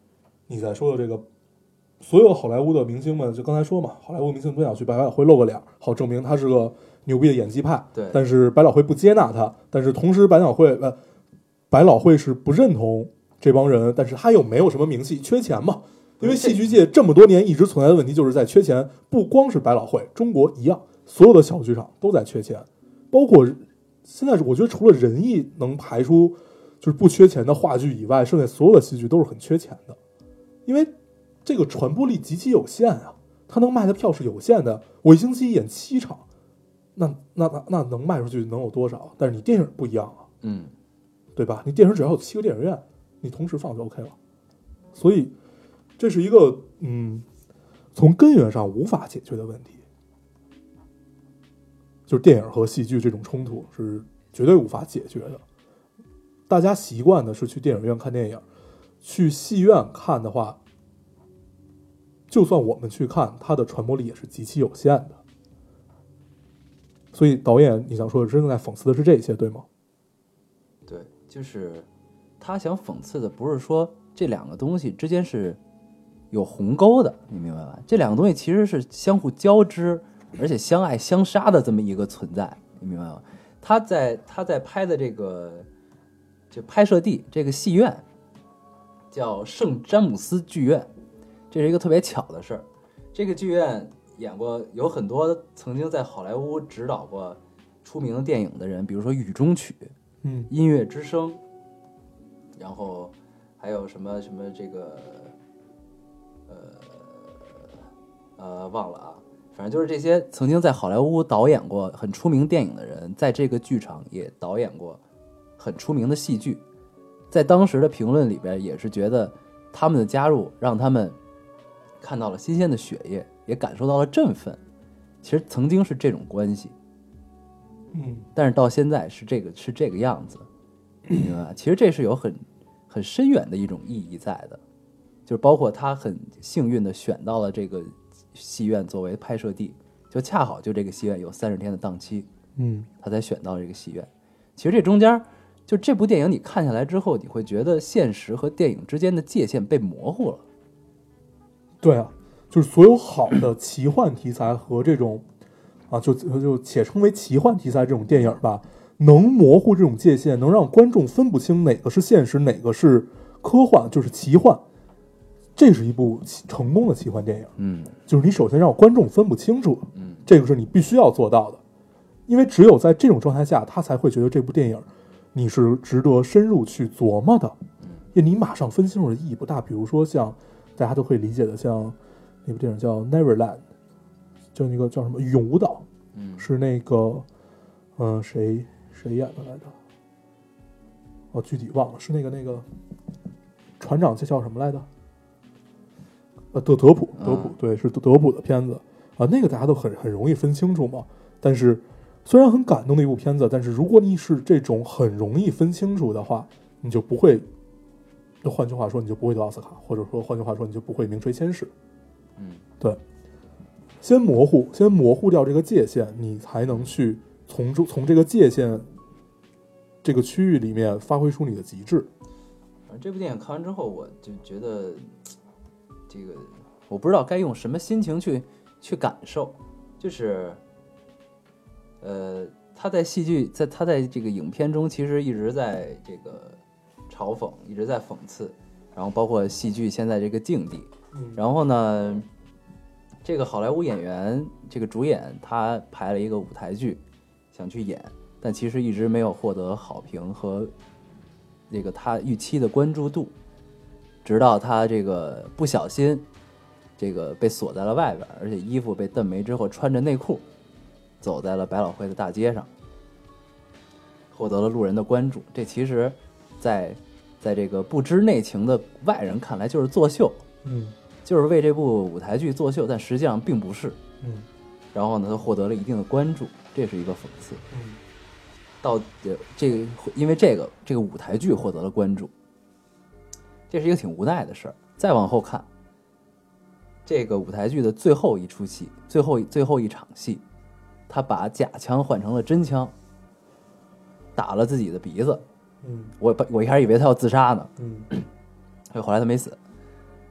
Speaker 2: 你在说的这个，所有好莱坞的明星们，就刚才说嘛，好莱坞明星都想去百老汇露个脸，好证明他是个牛逼的演技派。
Speaker 1: 对，
Speaker 2: 但是百老汇不接纳他，但是同时百老汇是不认同这帮人，但是他又没有什么名气，缺钱嘛。因为戏剧界这么多年一直存在的问题就是在缺钱，不光是百老汇，中国一样，所有的小剧场都在缺钱，包括现在我觉得除了仁义能排出就是不缺钱的话剧以外，剩下所有的戏剧都是很缺钱的，因为这个传播力极其有限啊，他能卖的票是有限的，我一星期演7场，那能卖出去能有多少？但是你电影不一样啊，对吧？你电影只要有7个电影院，你同时放就 OK 了，所以这是一个从根源上无法解决的问题，就是电影和戏剧这种冲突是绝对无法解决的。大家习惯的是去电影院看电影，去戏院看的话，就算我们去看，它的传播力也是极其有限的。所以导演，你想说的真正在讽刺的是这些，对吗？
Speaker 1: 对，就是他想讽刺的不是说这两个东西之间是有鸿沟的，你明白吧？这两个东西其实是相互交织，而且相爱相杀的这么一个存在，你明白吗？他在拍的这个就拍摄地这个戏院叫圣詹姆斯剧院，这是一个特别巧的事儿。这个剧院演过有很多曾经在好莱坞指导过出名的电影的人，比如说《雨中曲》、音乐之声，然后还有什么这个忘了啊，反正就是这些曾经在好莱坞导演过很出名电影的人，在这个剧场也导演过很出名的戏剧。在当时的评论里边也是觉得他们的加入让他们看到了新鲜的血液，也感受到了振奋。其实曾经是这种关系，但是到现在是这个样子，明白吧？其实这是有很深远的一种意义在的，就是包括他很幸运的选到了这个戏院作为拍摄地，就恰好就这个戏院有30天的档期，他才选到了这个戏院。其实这中间就这部电影你看下来之后，你会觉得现实和电影之间的界限被模糊了。
Speaker 2: 对啊，就是所有好的奇幻题材和这种就且称为奇幻题材这种电影吧，能模糊这种界限，能让观众分不清哪个是现实，哪个是科幻，就是奇幻。这是一部成功的奇幻电影，就是你首先让观众分不清楚，这个是你必须要做到的，因为只有在这种状态下，他才会觉得这部电影你是值得深入去琢磨的，因为你马上分清楚的意义不大。比如说像大家都可以理解的，像那部电影叫 Neverland， 就那个叫什么永无岛，是那个谁演的来着？具体忘了，是那个船长叫什么来着？德普，对，是德普的片子啊，那个大家都很容易分清楚嘛。但是虽然很感动的一部片子，但是如果你是这种很容易分清楚的话，你就不会，换句话说，你就不会得奥斯卡，或者说换句话说，你就不会名垂千史。对，先模糊掉这个界限，你才能去从这个界限这个区域里面发挥出你的极致。
Speaker 1: 反正这部电影看完之后，我就觉得这个我不知道该用什么心情去感受，就是他在戏剧他在这个影片中其实一直在这个嘲讽，一直在讽刺，然后包括戏剧现在这个境地。然后呢，这个好莱坞演员这个主演他排了一个舞台剧想去演，但其实一直没有获得好评和这个他预期的关注度，直到他这个不小心这个被锁在了外边，而且衣服被蹬没之后，穿着内裤走在了百老汇的大街上，获得了路人的关注。这其实在这个不知内情的外人看来就是作秀，就是为这部舞台剧作秀，但实际上并不是。然后呢，他获得了一定的关注，这是一个讽刺。到这个因为这个舞台剧获得了关注，这是一个挺无奈的事儿。再往后看，这个舞台剧的最后一出戏，最后一场戏，他把假枪换成了真枪，打了自己的鼻子。我一开始以为他要自杀呢，后来他没死。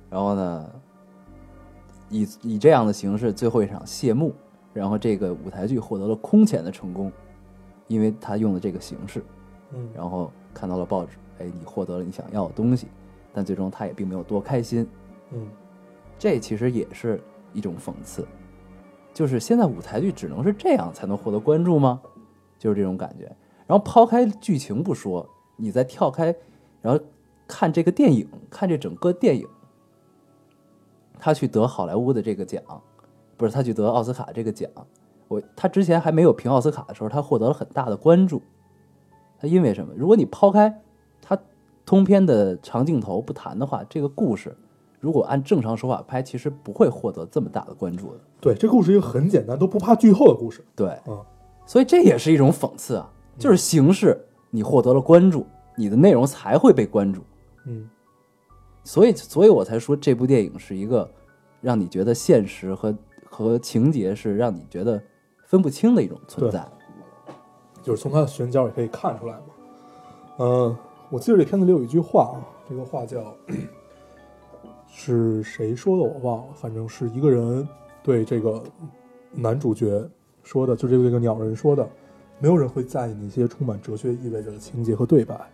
Speaker 1: 然后呢，以这样的形式最后一场谢幕，然后这个舞台剧获得了空前的成功，因为他用的这个形式，然后看到了报纸，哎，你获得了你想要的东西，但最终他也并没有多开心，这其实也是一种讽刺，就是现在舞台剧只能是这样才能获得关注吗？就是这种感觉。然后抛开剧情不说，你再跳开，然后看这个电影，看这整个电影，他去得好莱坞的这个奖，不是他去得奥斯卡这个奖，他之前还没有评奥斯卡的时候，他获得了很大的关注。他因为什么？如果你抛开他通篇的长镜头不谈的话，这个故事如果按正常手法拍，其实不会获得这么大的关注的。
Speaker 2: 对，这故事一个很简单，都不怕剧透的故事。
Speaker 1: 对，所以这也是一种讽刺啊，就是形式你获得了关注，你的内容才会被关注。所以我才说这部电影是一个让你觉得现实和情节是让你觉得分不清的一种存在。
Speaker 2: 就是从他的选角也可以看出来嘛。我记得这片子里有一句话啊，这个话叫是谁说的我忘了，反正是一个人对这个男主角说的，就这个鸟人说的，没有人会在意那些充满哲学意味的情节和对白。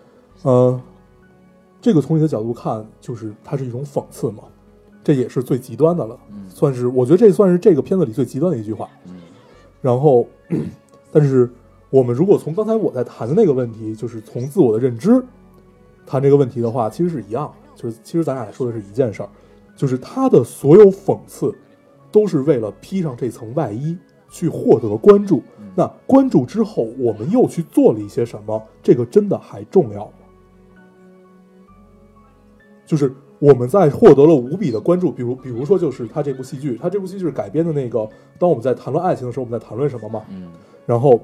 Speaker 2: 这个从你的角度看，就是它是一种讽刺嘛，这也是最极端的了，算是我觉得这算是这个片子里最极端的一句话。然后，但是我们如果从刚才我在谈的那个问题，就是从自我的认知谈这个问题的话，其实是一样的，就是其实咱俩也说的是一件事儿，就是他的所有讽刺都是为了披上这层外衣去获得关注。那关注之后，我们又去做了一些什么？这个真的还重要吗？就是我们在获得了无比的关注，比如说就是他这部戏剧改编的那个，当我们在谈论爱情的时候，我们在谈论什么嘛？然后，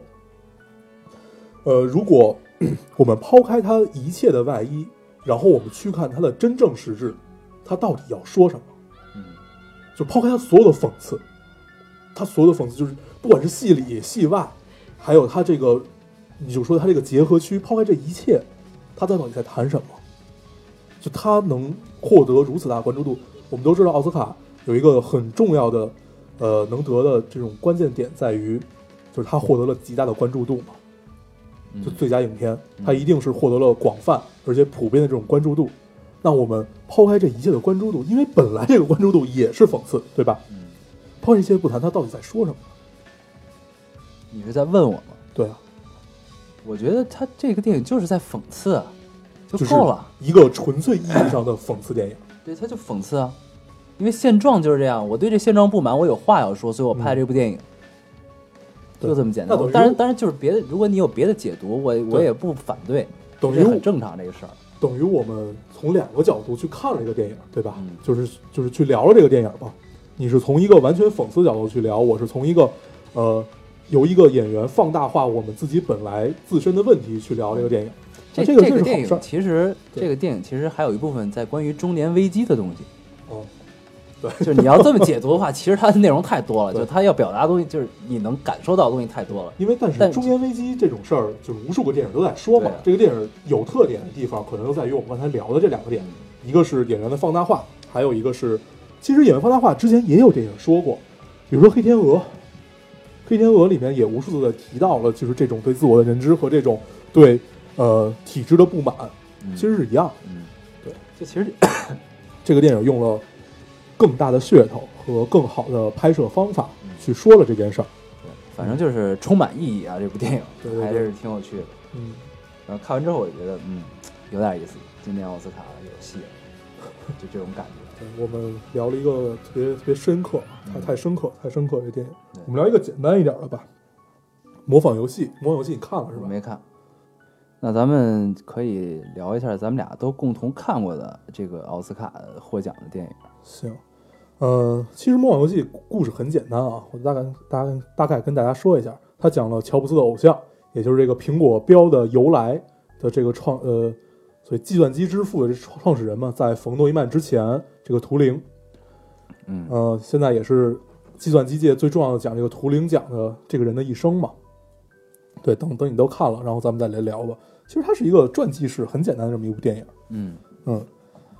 Speaker 2: 如果我们抛开他一切的外衣，然后我们去看他的真正实质，他到底要说什么？就抛开他所有的讽刺，他所有的讽刺就是不管是戏里戏外，还有他这个，你就说他这个结合区，抛开这一切，他到底在谈什么？就他能获得如此大关注度，我们都知道奥斯卡有一个很重要的能得的这种关键点在于，就是他获得了极大的关注度嘛，就最佳影片，他一定是获得了广泛而且普遍的这种关注度。那我们抛开这一切的关注度，因为本来这个关注度也是讽刺，对吧？抛开一切不谈，他到底在说什么？
Speaker 1: 你是在问我吗？
Speaker 2: 对啊，
Speaker 1: 我觉得他这个电影就是在讽刺啊，就够了，
Speaker 2: 就是一个纯粹意义上的讽刺电影。
Speaker 1: 对，他就讽刺啊，因为现状就是这样，我对这现状不满，我有话要说，所以我拍这部电影，就这么简单。当然就是别的，如果你有别的解读，我也不反对，
Speaker 2: 等于
Speaker 1: 很正常这个事儿。
Speaker 2: 等于我们从两个角度去看了这个电影，对吧？就是去聊了这个电影吧。你是从一个完全讽刺角度去聊，我是从一个由一个演员放大化我们自己本来自身的问题去聊这个电影。这个
Speaker 1: 电影其实这个电影其实还有一部分在关于中年危机的东西。
Speaker 2: 对，
Speaker 1: 就是你要这么解读的话，其实它的内容太多了，就它要表达的东西，就是你能感受到的东西太多了。
Speaker 2: 但是中年危机这种事儿，就是无数个电影都在说嘛。这个电影有特点的地方，可能就在于我们刚才聊的这两个点，一个是演员的放大化，还有一个是，其实演员放大化之前也有电影说过，比如说《黑天鹅》，《黑天鹅》里面也无数次的提到了，就是这种对自我的认知和这种对体制的不满，其实是一样。对，
Speaker 1: 就其实
Speaker 2: 这个电影用了更大的噱头和更好的拍摄方法去说了这件事儿。
Speaker 1: 反正就是充满意义啊，这部电影
Speaker 2: 对
Speaker 1: 还是挺有趣的。然后看完之后我觉得有点意思，今年奥斯卡有戏了，就这种感觉。
Speaker 2: 我们聊了一个特别深刻，太深刻的电影。我们聊一个简单一点的吧，模仿游戏你看了是吧？
Speaker 1: 没看。那咱们可以聊一下咱们俩都共同看过的这个奥斯卡获奖的电影。
Speaker 2: 行，其实模仿游戏故事很简单啊，我大概跟大家说一下。他讲了乔布斯的偶像，也就是这个苹果标的由来的这个所以计算机之父的这创始人嘛，在冯诺依曼之前，这个图灵，现在也是计算机界最重要的奖，这个图灵奖的这个人的一生嘛。对，等你都看了，然后咱们再来聊吧。其实它是一个传记式很简单的这么一部电影。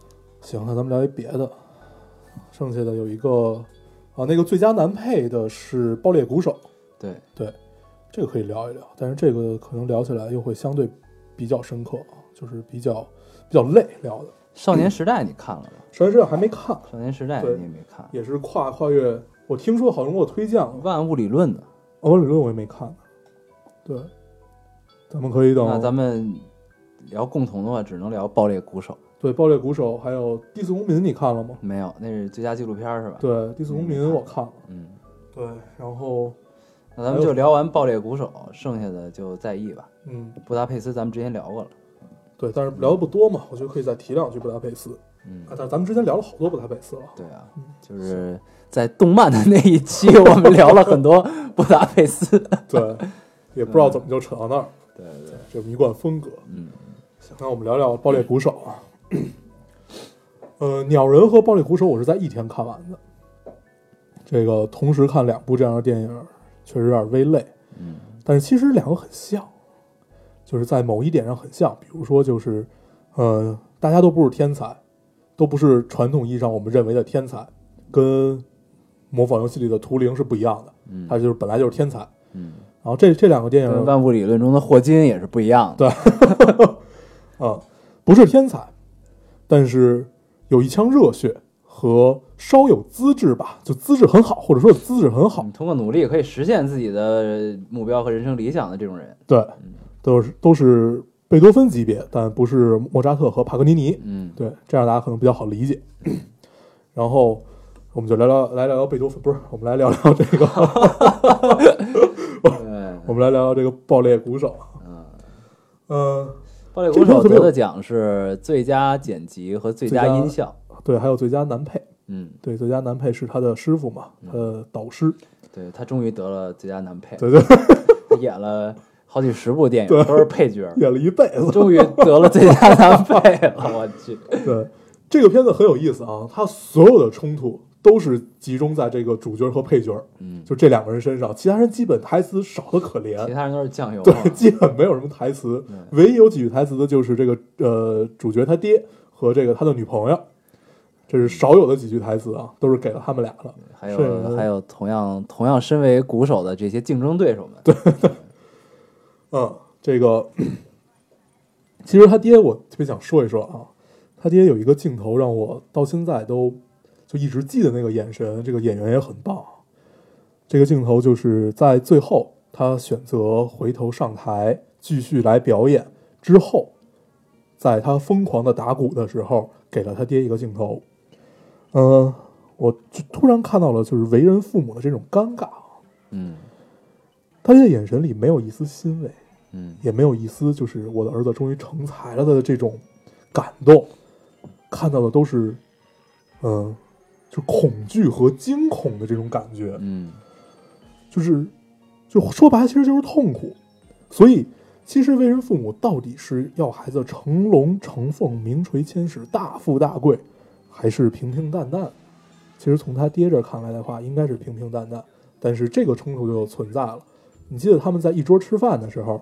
Speaker 2: 行，那咱们聊一别的，剩下的有一个啊，那个最佳男配的是爆裂鼓手，
Speaker 1: 对，
Speaker 2: 这个可以聊一聊，但是这个可能聊起来又会相对比较深刻啊，就是比较累聊的。
Speaker 1: 少年时代你看了吗？
Speaker 2: 少年时代还没看，
Speaker 1: 少年时代你也没看，
Speaker 2: 也是跨越。我听说好像给我推荐了
Speaker 1: 万物理论的，
Speaker 2: 万物理论我也没看。对，咱们可以等。
Speaker 1: 那咱们聊共同的话，只能聊爆裂鼓手。
Speaker 2: 对，爆裂鼓手还有第四公民你看了吗？
Speaker 1: 没有，那是最佳纪录片是吧？
Speaker 2: 对，第四公民我看了。对，然后
Speaker 1: 那咱们就聊完爆裂鼓手，剩下的就在意吧。布达佩斯咱们之前聊过了。
Speaker 2: 对，但是聊的不多嘛，我觉得可以再提两句布达佩斯。但是咱们之前聊了好多布达佩斯了。
Speaker 1: 对啊，就是在动漫的那一期，我们聊了很多布达佩斯。
Speaker 2: 对，也不知道怎么就扯到那儿。
Speaker 1: 对，
Speaker 2: 这么一贯风格。行，那我们聊聊爆裂鼓手啊。鸟人和爆裂鼓手我是在一天看完的。这个同时看2部这样的电影，确实有点微累。但是其实两个很像，就是在某一点上很像，比如说就是，大家都不是天才，都不是传统意义上我们认为的天才，跟模仿游戏里的图灵是不一样的。他就是本来就是天才。然后这两个电影，
Speaker 1: 跟万物理论中的霍金也是不一样的。
Speaker 2: 对，不是天才，但是有一腔热血和稍有资质吧，就资质很好，或者说资质很好，
Speaker 1: 通过努力可以实现自己的目标和人生理想的这种人。
Speaker 2: 对，都是贝多芬级别，但不是莫扎特和帕格尼尼。对，这样大家可能比较好理解。然后我们就来聊聊贝多芬，不是，我们来聊聊这个，我们来聊聊这个爆裂鼓手。
Speaker 1: 爆裂鼓手得的奖是最佳剪辑和最佳音效，
Speaker 2: 对，还有最佳男配。对，最佳男配是他的师傅嘛，他的导师。
Speaker 1: 对，他终于得了最佳男配。
Speaker 2: 对，
Speaker 1: 他演了好几10部电影，都是配角，
Speaker 2: 演了一辈子，
Speaker 1: 终于得了最佳男配了。我去，
Speaker 2: 对，这个片子很有意思啊，他所有的冲突都是集中在这个主角和配角，就这2个人身上，其他人基本台词少得可怜，
Speaker 1: 其他人都是酱油，
Speaker 2: 对，基本没有什么台词，唯一有几句台词的就是这个主角他爹和这个他的女朋友，这是少有的几句台词啊，都是给了他们俩的。
Speaker 1: 还有同样身为鼓手的这些竞争对手们，
Speaker 2: 对，这个其实他爹我特别想说一说啊，他爹有一个镜头让我到现在都就一直记得那个眼神，这个演员也很棒。这个镜头就是在最后他选择回头上台继续来表演之后，在他疯狂的打鼓的时候给了他爹一个镜头。我就突然看到了就是为人父母的这种尴尬。他的眼神里没有一丝欣慰，也没有一丝就是我的儿子终于成才了的这种感动，看到的都是就恐惧和惊恐的这种感觉。就说白了其实就是痛苦。所以其实为人父母到底是要孩子成龙成凤名垂千史大富大贵，还是平平淡淡？其实从他爹这看来的话应该是平平淡淡，但是这个冲突就存在了。你记得他们在一桌吃饭的时候，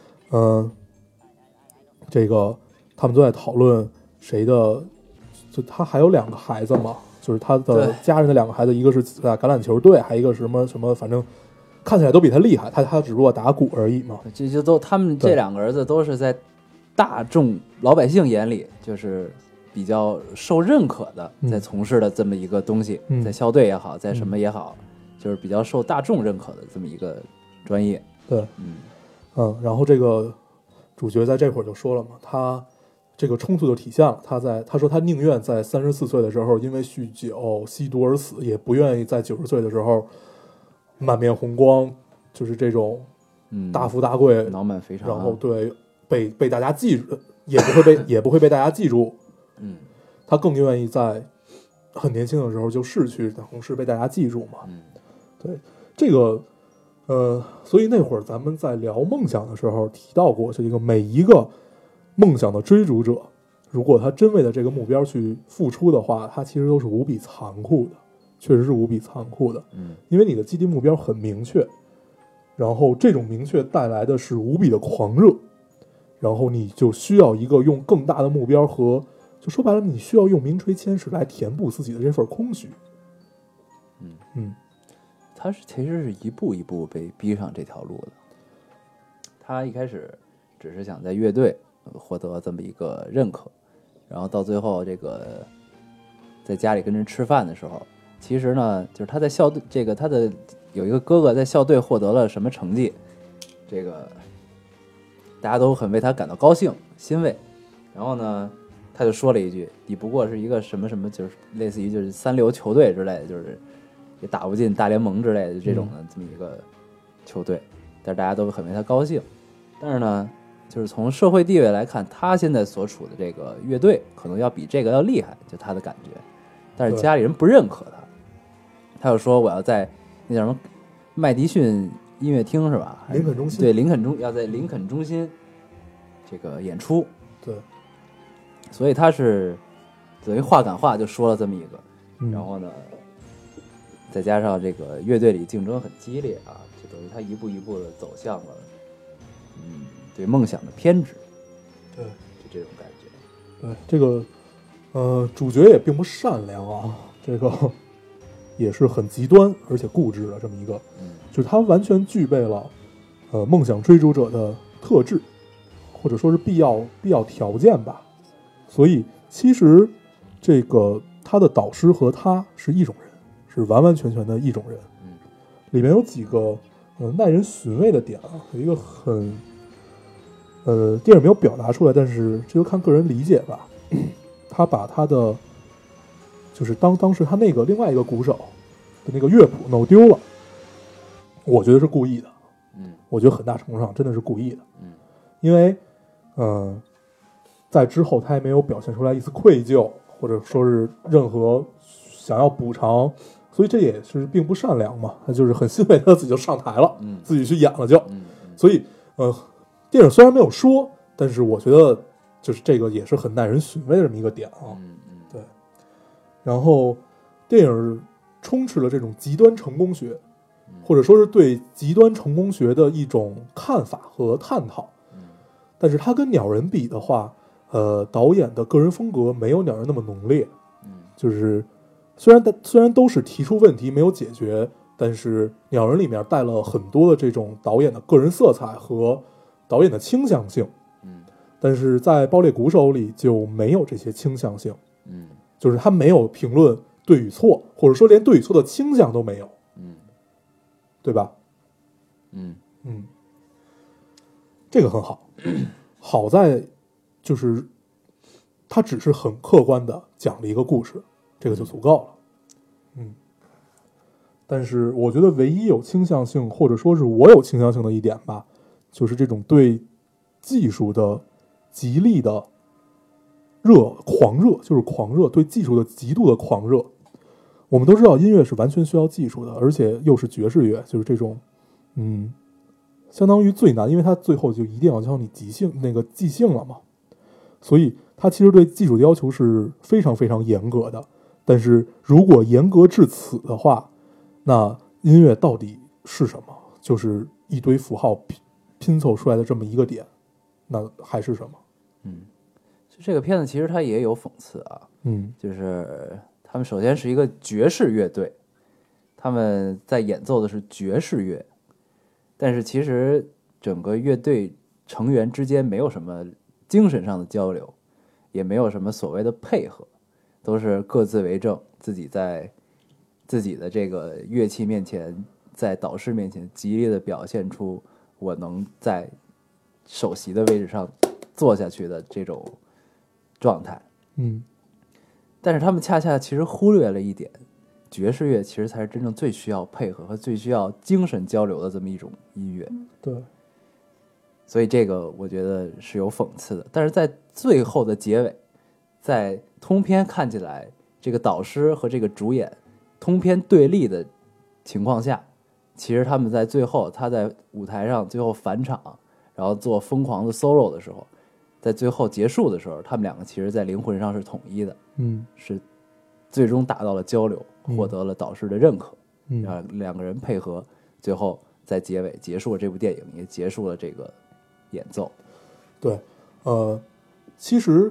Speaker 2: 这个他们都在讨论谁的，就他还有2个孩子嘛，就是他的家人的2个孩子，一个是在橄榄球队，还一个什么什么，反正看起来都比他厉害，他只不过打鼓而已嘛。
Speaker 1: 这就都他们这2个儿子都是在大众老百姓眼里就是比较受认可的，在从事的这么一个东西，在校队也好，在什么也好，就是比较受大众认可的这么一个专业。
Speaker 2: 对，然后这个主角在这会儿就说了嘛，他这个冲突就体现了，他说他宁愿在34岁的时候因为酗酒吸毒而死，也不愿意在90岁的时候满面红光，就是这种大富大贵，
Speaker 1: 脑满肥肠，
Speaker 2: 然后对被大家记住，也不会被大家记住。他更愿意在很年轻的时候就逝去，同时被大家记住嘛。对，这个所以那会儿咱们在聊梦想的时候提到过，这个每一个梦想的追逐者，如果他真为了这个目标去付出的话，他其实都是无比残酷的，确实是无比残酷的。因为你的既定目标很明确，然后这种明确带来的是无比的狂热，然后你就需要一个用更大的目标和就就说白了，你需要用名垂千史来填补自己的这份空虚。
Speaker 1: 他其实是一步一步被逼上这条路的。他一开始只是想在乐队获得这么一个认可，然后到最后这个在家里跟人吃饭的时候，其实呢，就是他在校队他的有一个哥哥在校队获得了什么成绩，这个大家都很为他感到高兴欣慰。然后呢，他就说了一句：“你不过是一个什么什么，就是类似于就是三流球队之类的，就是也打不进大联盟之类的这种的这么一个球队。”但是大家都很为他高兴。但是呢，就是从社会地位来看，他现在所处的这个乐队可能要比这个要厉害，就他的感觉。但是家里人不认可他，他就说我要在那叫什么麦迪逊音乐厅是吧？
Speaker 2: 林肯中心。
Speaker 1: 对，要在林肯中心这个演出。
Speaker 2: 对，
Speaker 1: 所以他是等于话赶话就说了这么一个，然后呢，再加上这个乐队里竞争很激烈啊，就等于他一步一步的走向了对梦想的偏执。
Speaker 2: 对，
Speaker 1: 就这种感觉。
Speaker 2: 对，这个主角也并不善良啊，这个也是很极端而且固执的这么一个，就是他完全具备了梦想追逐者的特质，或者说是必要条件吧。所以其实这个他的导师和他是一种人，是完完全全的一种人。里面有几个耐人寻味的点啊，有一个很电影没有表达出来，但是这就看个人理解吧。他把他的就是当时他那个另外一个鼓手的那个乐谱弄丢了，我觉得是故意的。我觉得很大程度上真的是故意的。因为在之后他也没有表现出来一丝愧疚，或者说是任何想要补偿，所以这也是并不善良嘛。他就是很欣慰他自己就上台了，自己去演了就。所以电影虽然没有说，但是我觉得就是这个也是很耐人寻味的这么一个点啊。对。然后电影充斥了这种极端成功学，或者说是对极端成功学的一种看法和探讨。但是他跟鸟人比的话，导演的个人风格没有鸟人那么浓烈。就是虽然都是提出问题没有解决，但是鸟人里面带了很多的这种导演的个人色彩和导演的倾向性。但是在爆裂鼓手里就没有这些倾向性。就是他没有评论对与错，或者说连对与错的倾向都没有。对吧？这个很好。好在就是他只是很客观的讲了一个故事，这个就足够了。但是我觉得唯一有倾向性，或者说是我有倾向性的一点吧，就是这种对技术的极力的狂热，就是狂热，对技术的极度的狂热。我们都知道音乐是完全需要技术的，而且又是爵士乐，就是这种相当于最难，因为它最后就一定要教你即兴了嘛。所以它其实对技术的要求是非常非常严格的。但是如果严格至此的话，那音乐到底是什么？就是一堆符号拼凑出来的这么一个点，那还是什么？
Speaker 1: 就这个片子其实它也有讽刺啊。就是他们首先是一个爵士乐队，他们在演奏的是爵士乐，但是其实整个乐队成员之间没有什么精神上的交流，也没有什么所谓的配合，都是各自为政，自己在自己的这个乐器面前，在导师面前极力的表现出我能在首席的位置上坐下去的这种状态。但是他们恰恰其实忽略了一点，爵士乐其实才是真正最需要配合和最需要精神交流的这么一种音乐。
Speaker 2: 对，
Speaker 1: 所以这个我觉得是有讽刺的。但是在最后的结尾，在通篇看起来这个导师和这个主演通篇对立的情况下，其实他们在最后，他在舞台上最后返场，然后做疯狂的 solo 的时候，在最后结束的时候，他们两个其实在灵魂上是统一的。是最终达到了交流，获得了导师的认可，让两个人配合，最后在结尾结束了这部电影，也结束了这个演奏。
Speaker 2: 对，其实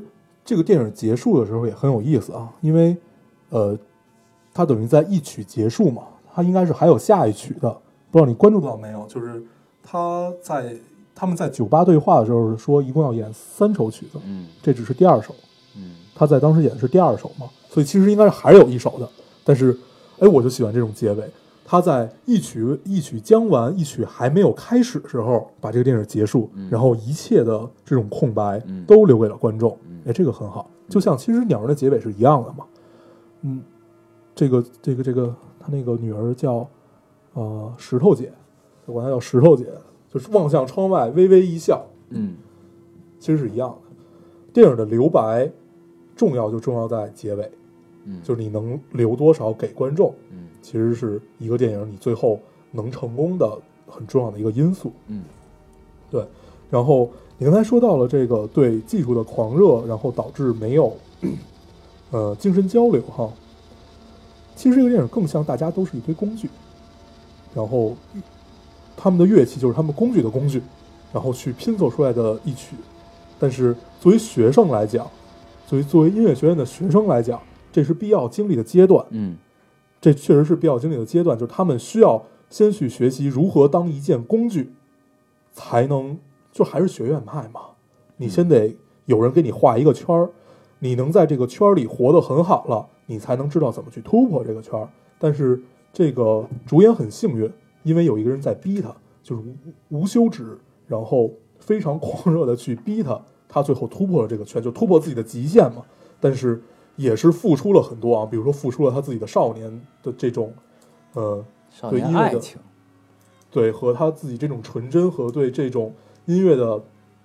Speaker 2: 这个电影结束的时候也很有意思啊，因为它等于在一曲结束嘛，它应该是还有下一曲的，不知道你关注到没有？就是他们在酒吧对话的时候说一共要演3首曲子，这只是第2首，他在当时演的是第2首嘛，所以其实应该是还有1首的，但是我就喜欢这种结尾，他在一曲将完，一曲还没有开始的时候把这个电影结束，然后一切的这种空白都留给了观众，这个很好，就像其实鸟人的结尾是一样的嘛，这个他那个女儿叫石头姐，我管她叫石头姐，就是望向窗外微微一笑，其实是一样的。电影的留白重要在结尾，就是你能留多少给观众，其实是一个电影你最后能成功的很重要的一个因素，对。然后你刚才说到了这个对技术的狂热，然后导致没有精神交流哈。其实这个电影更像大家都是一堆工具，然后他们的乐器就是他们工具的工具，然后去拼凑出来的一曲。但是作为学生来讲，作为音乐学院的学生来讲，这是必要经历的阶段。这确实是必要经历的阶段，就是他们需要先去学习如何当一件工具，才能就还是学院派嘛。你先得有人给你画一个圈儿，你能在这个圈里活得很好了，你才能知道怎么去突破这个圈儿。但是这个主演很幸运，因为有一个人在逼他，就是无休止，然后非常狂热的去逼他，他最后突破了这个圈，就突破自己的极限嘛。但是也是付出了很多啊，比如说付出了他自己的少年的这种
Speaker 1: 少年爱情，
Speaker 2: 对，和他自己这种纯真和对这种音乐的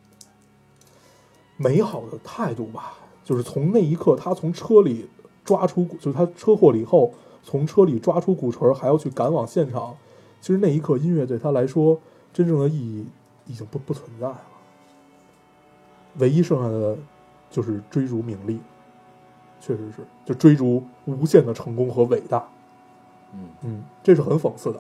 Speaker 2: 美好的态度吧。就是从那一刻，他从车里抓出，就是他车祸了以后，从车里抓出鼓槌，还要去赶往现场。其实那一刻，音乐对他来说真正的意义已经不存在了，唯一剩下的就是追逐名利，确实是就追逐无限的成功和伟大。这是很讽刺的。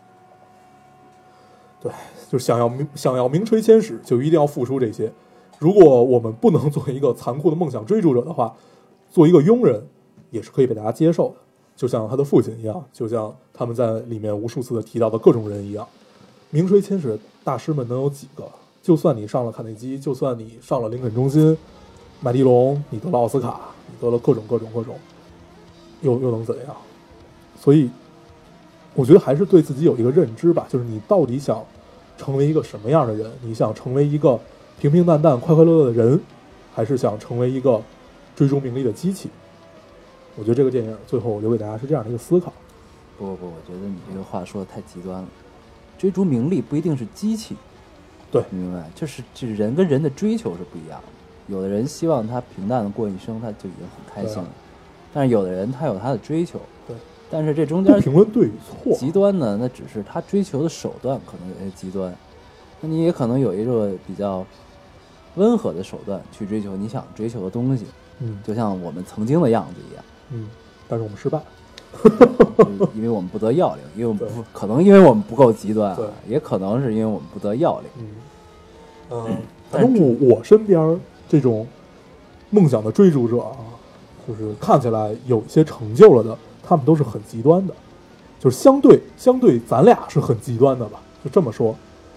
Speaker 2: 对，就想要名垂千史，就一定要付出这些。如果我们不能做一个残酷的梦想追逐者的话，做一个庸人也是可以被大家接受的。就像他的父亲一样，就像他们在里面无数次的提到的各种人一样，名垂千史的大师们能有几个？就算你上了卡内基，就算你上了林肯中心、麦迪龙，你得了奥斯卡，你得了各种，又能怎样？所以我觉得还是对自己有一个认知吧，就是你到底想成为一个什么样的人？你想成为一个平平淡淡、快快乐乐的人，还是想成为一个追逐名利的机器？我觉得这个电影最后留给大家是这样的一个思考。
Speaker 1: 不，我觉得你这个话说的太极端了。追逐名利不一定是机器，
Speaker 2: 对，
Speaker 1: 明白？就是人跟人的追求是不一样的。有的人希望他平淡的过一生，他就已经很开心了。但是有的人他有他的追求，
Speaker 2: 对。
Speaker 1: 但是这中间
Speaker 2: 不评论对与错，
Speaker 1: 极端呢，那只是他追求的手段可能有些极端，那你也可能有一个比较温和的手段去追求你想追求的东西。就像我们曾经的样子一样。
Speaker 2: 但是我们失败。
Speaker 1: 因为我们不得要领，因为我们可能因为我们不够极端，也可能是因为我们不得要领。
Speaker 2: 反正我身边这种梦想的追逐者啊，就是看起来有一些成就了的，他们都是很极端的，就是相对咱俩是很极端的吧，就这么说。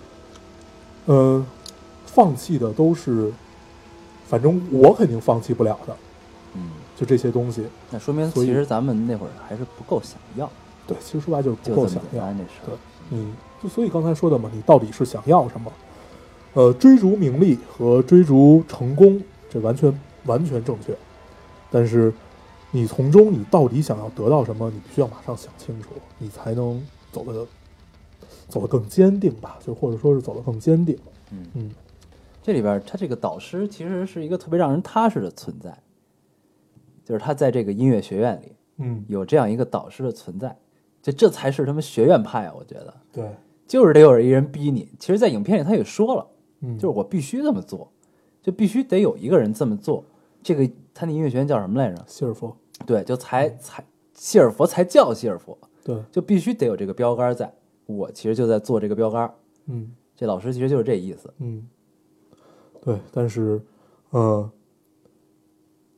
Speaker 2: 放弃的都是，反正我肯定放弃不了的。就这些东西，
Speaker 1: 那说明其实咱们那会儿还是不够想要。
Speaker 2: 对，其实说白就是不够想要。
Speaker 1: 对，
Speaker 2: 就所以刚才说的嘛，你到底是想要什么？追逐名利和追逐成功，这完全正确。但是你从中你到底想要得到什么，你必须要马上想清楚，你才能走得更坚定吧，就或者说是走得更坚定。
Speaker 1: 这里边他这个导师其实是一个特别让人踏实的存在。就是他在这个音乐学院里，有这样一个导师的存在，这才是他们学院派啊！我觉得，
Speaker 2: 对，
Speaker 1: 就是得有一人逼你。其实，在影片里他也说了，就是我必须这么做，就必须得有一个人这么做。这个他那音乐学院叫什么来着？
Speaker 2: 希尔佛。
Speaker 1: 对，就希尔佛才叫希尔佛。
Speaker 2: 对，
Speaker 1: 就必须得有这个标杆在。我其实就在做这个标杆。这老师其实就是这意思。
Speaker 2: 对，但是，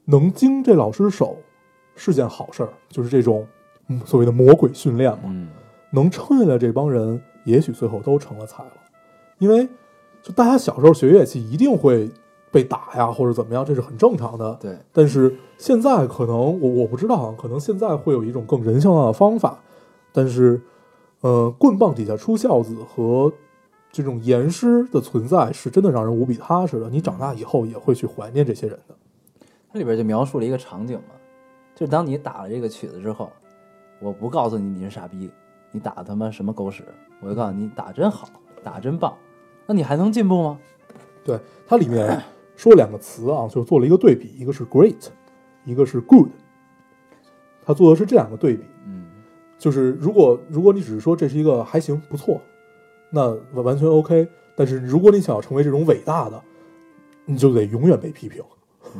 Speaker 2: 能经这老师手是件好事儿，就是这种所谓的魔鬼训练嘛。能撑下来这帮人，也许最后都成了才了。因为就大家小时候学乐器一定会被打呀，或者怎么样，这是很正常的。
Speaker 1: 对。
Speaker 2: 但是现在可能我不知道，可能现在会有一种更人性化的方法。但是，棍棒底下出孝子和这种严师的存在是真的让人无比踏实的。你长大以后也会去怀念这些人的。
Speaker 1: 它里边就描述了一个场景嘛，就是当你打了这个曲子之后，我不告诉你你是傻逼，你打他妈什么狗屎，我就告诉你打真好，打真棒，那你还能进步吗？
Speaker 2: 对，它里面说两个词啊，就做了一个对比，一个是 great， 一个是 good。他做的是这两个对比。就是如果你只是说这是一个还行不错，那完全 OK。但是如果你想要成为这种伟大的，你就得永远被批评。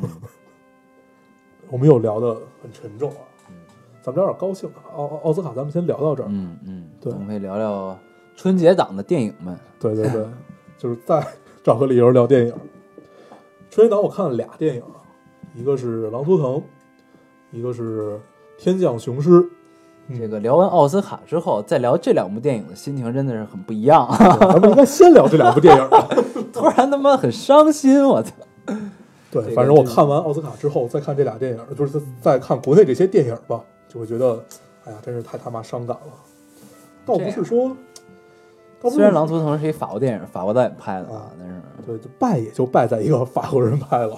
Speaker 2: 我们又聊得很沉重啊。咱们聊点高兴的。奥斯卡咱们先聊到这儿。
Speaker 1: 对，我们可以聊聊春节档的电影们。
Speaker 2: 对，就是再找个理由聊电影。春节档我看了俩电影，一个是《狼图腾》，一个是《天降雄狮》。
Speaker 1: 这个聊完奥斯卡之后，再聊这两部电影的心情真的是很不一样。
Speaker 2: 咱们应该先聊这两部电影。
Speaker 1: 突然他妈很伤心，我操！
Speaker 2: 对，反正我看完奥斯卡之后，再看这俩电影，就是再看国内这些电影吧，就会觉得，哎呀，真是太他妈伤感了。倒不是说，
Speaker 1: 虽然《狼图腾》是一法国电影，法国导演拍的啊，但是
Speaker 2: 对，就败也就败在一个法国人拍了。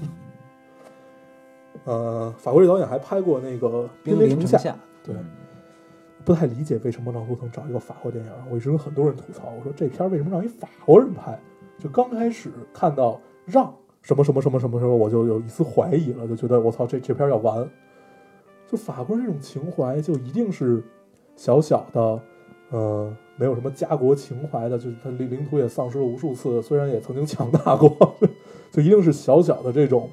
Speaker 2: 法国这导演还拍过那个《兵临城下》。对，不太理解为什么狼图腾找一个法国电影。我一直跟很多人吐槽，我说这片为什么让一法国人拍？就刚开始看到让什么什么什么什么什么，我就有一丝怀疑了，就觉得我操，这片要完。就法国人这种情怀，就一定是小小的，没有什么家国情怀的，就是他领土也丧失了无数次，虽然也曾经强大过，就一定是小小的这种，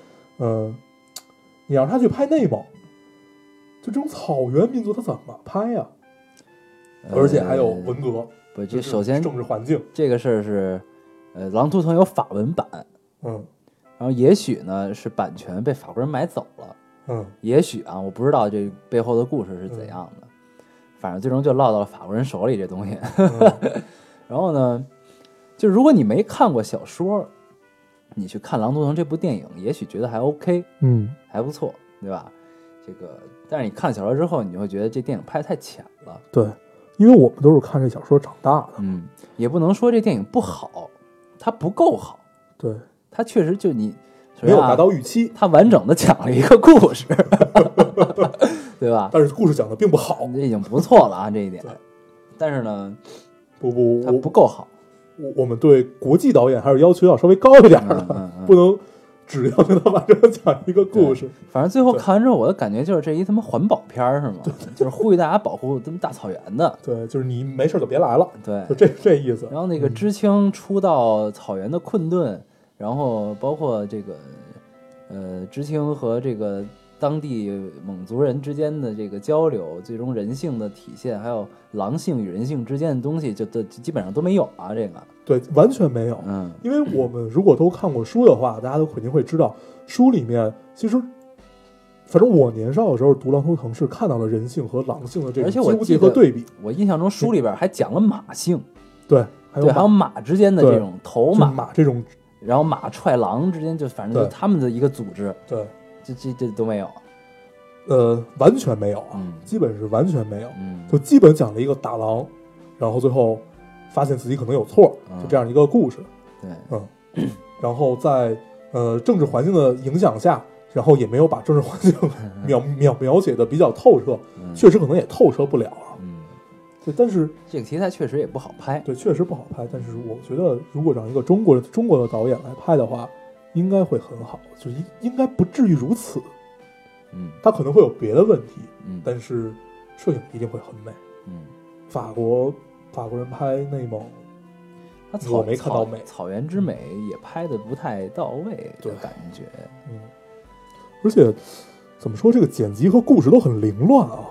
Speaker 2: 你让他去拍内蒙。就这种草原民族，他怎么拍呀？而且还有文革，
Speaker 1: 不，这首先
Speaker 2: 政治环境
Speaker 1: 这个事儿是，狼图腾有法文版，然后也许呢是版权被法国人买走了，也许啊，我不知道这背后的故事是怎样的，反正最终就落到了法国人手里这东西。然后呢，就如果你没看过小说，你去看《狼图腾》这部电影，也许觉得还 OK，还不错，对吧？这个，但是你看小说之后，你就会觉得这电影拍得太浅了。
Speaker 2: 对，因为我们都是看这小说长大的。
Speaker 1: 也不能说这电影不好，它不够好。
Speaker 2: 对，
Speaker 1: 它确实就你
Speaker 2: 没有达到预期。
Speaker 1: 它完整的讲了一个故事，对吧？
Speaker 2: 但是故事讲的并不好，
Speaker 1: 这已经不错了啊，这一点。但是呢，它不够好。
Speaker 2: 我们对国际导演还是要求要稍微高一点的，不能。只要跟他完整讲一个故事，
Speaker 1: 反正最后看完之后，我的感觉就是这一他妈环保片是吗？就是呼吁大家保护这么大草原的。
Speaker 2: 对，就是你没事就别来了。
Speaker 1: 对，
Speaker 2: 就这意思。
Speaker 1: 然后那个知青出到草原的困顿，然后包括这个知青和这个当地蒙族人之间的这个交流，最终人性的体现，还有狼性与人性之间的东西，就基本上都没有啊。这个。
Speaker 2: 对，完全没有。因为我们如果都看过书的话，大家都肯定会知道，书里面其实，反正我年少的时候读《狼图腾》是看到了人性和狼性的这种几乎结合对比。
Speaker 1: 我印象中书里边还讲了马性，
Speaker 2: 对，
Speaker 1: 还有马之间的这种头
Speaker 2: 马这种，
Speaker 1: 然后马踹狼之间，就反正就他们的一个组织。
Speaker 2: 对，
Speaker 1: 这都没有。
Speaker 2: 完全没有啊，基本是完全没有。就基本讲了一个打狼，然后最后。发现自己可能有错，就这样一个故事。
Speaker 1: 对，
Speaker 2: 然后在政治环境的影响下，然后也没有把政治环境描写的比较透彻，确实可能也透彻不了啊。对，但是
Speaker 1: 这个题材确实也不好拍。
Speaker 2: 对，确实不好拍。但是我觉得，如果让一个中国的导演来拍的话，应该会很好，就应该不至于如此。他可能会有别的问题，但是摄影一定会很美。法国人拍内蒙，我没看到美。
Speaker 1: 草原之美也拍的不太到位的感觉。
Speaker 2: 而且怎么说，这个剪辑和故事都很凌乱啊，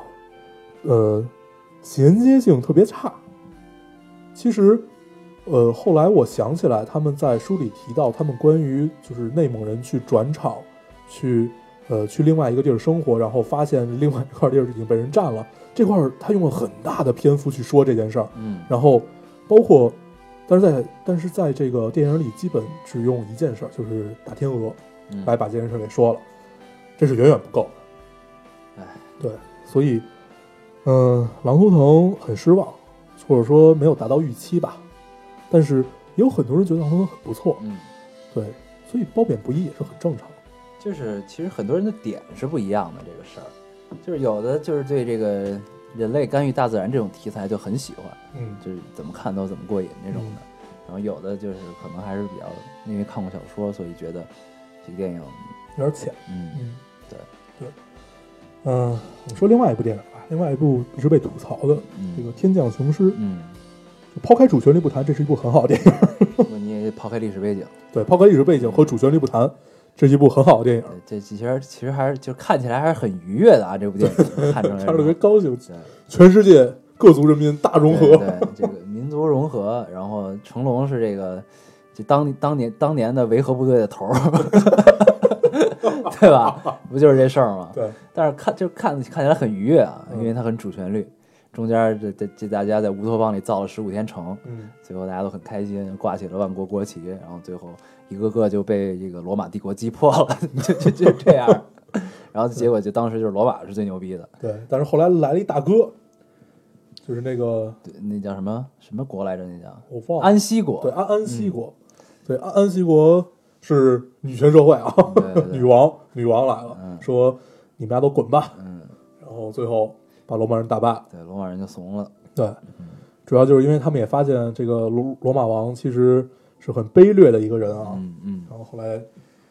Speaker 2: 衔接性特别差。其实，后来我想起来，他们在书里提到，他们关于就是内蒙人去转场，去去另外一个地儿生活，然后发现另外一块地儿已经被人占了，这块他用了很大的篇幅去说这件事儿，然后包括，但是在这个电影里基本只用一件事儿，就是打天鹅，来把这件事给说了，这是远远不够的。对，所以，狼图腾很失望，或者说没有达到预期吧，但是也有很多人觉得狼图腾很不错，对，所以褒贬不一也是很正常。
Speaker 1: 就是其实很多人的点是不一样的，这个事儿，就是有的就是对这个人类干预大自然这种题材就很喜欢，就是怎么看都怎么过瘾那种的，然后有的就是可能还是比较因为看过小说，所以觉得这个电影
Speaker 2: 有点浅，
Speaker 1: 对，
Speaker 2: 我们说另外一部电影吧，另外一部一直被吐槽的这个《天降雄狮》，就抛开主旋律不谈，这是一部很好的电影。
Speaker 1: 你也抛开历史背景，
Speaker 2: 对，抛开历史背景和主旋律不谈。这是一部很好的电影，
Speaker 1: 这其实还是就看起来还是很愉悦的啊！这部电影看着
Speaker 2: 特别高兴，全世界各族人民大融合，
Speaker 1: 对这个民族融合。然后成龙是这个就当年的维和部队的头对吧？不就是这事儿吗？
Speaker 2: 对。
Speaker 1: 但是看起来很愉悦啊，因为它很主旋律。中间这大家在乌托邦里造了15天城，最后大家都很开心，挂起了万国国旗，然后最后一个个就被这个罗马帝国击破了，就这样。然后结果就当时就是罗马是最牛逼的，
Speaker 2: 对。但是后来来了一大哥，就是那个
Speaker 1: 那叫什么国来着？那叫
Speaker 2: 我忘了，
Speaker 1: 安息国。
Speaker 2: 对，安息国，对，安息国是女权社会啊，
Speaker 1: 对
Speaker 2: 女王来了，说你们俩都滚吧，然后最后把罗马人打败，
Speaker 1: 对，罗马人就怂了。
Speaker 2: 对，主要就是因为他们也发现这个罗马王其实是很卑劣的一个人啊，然后后来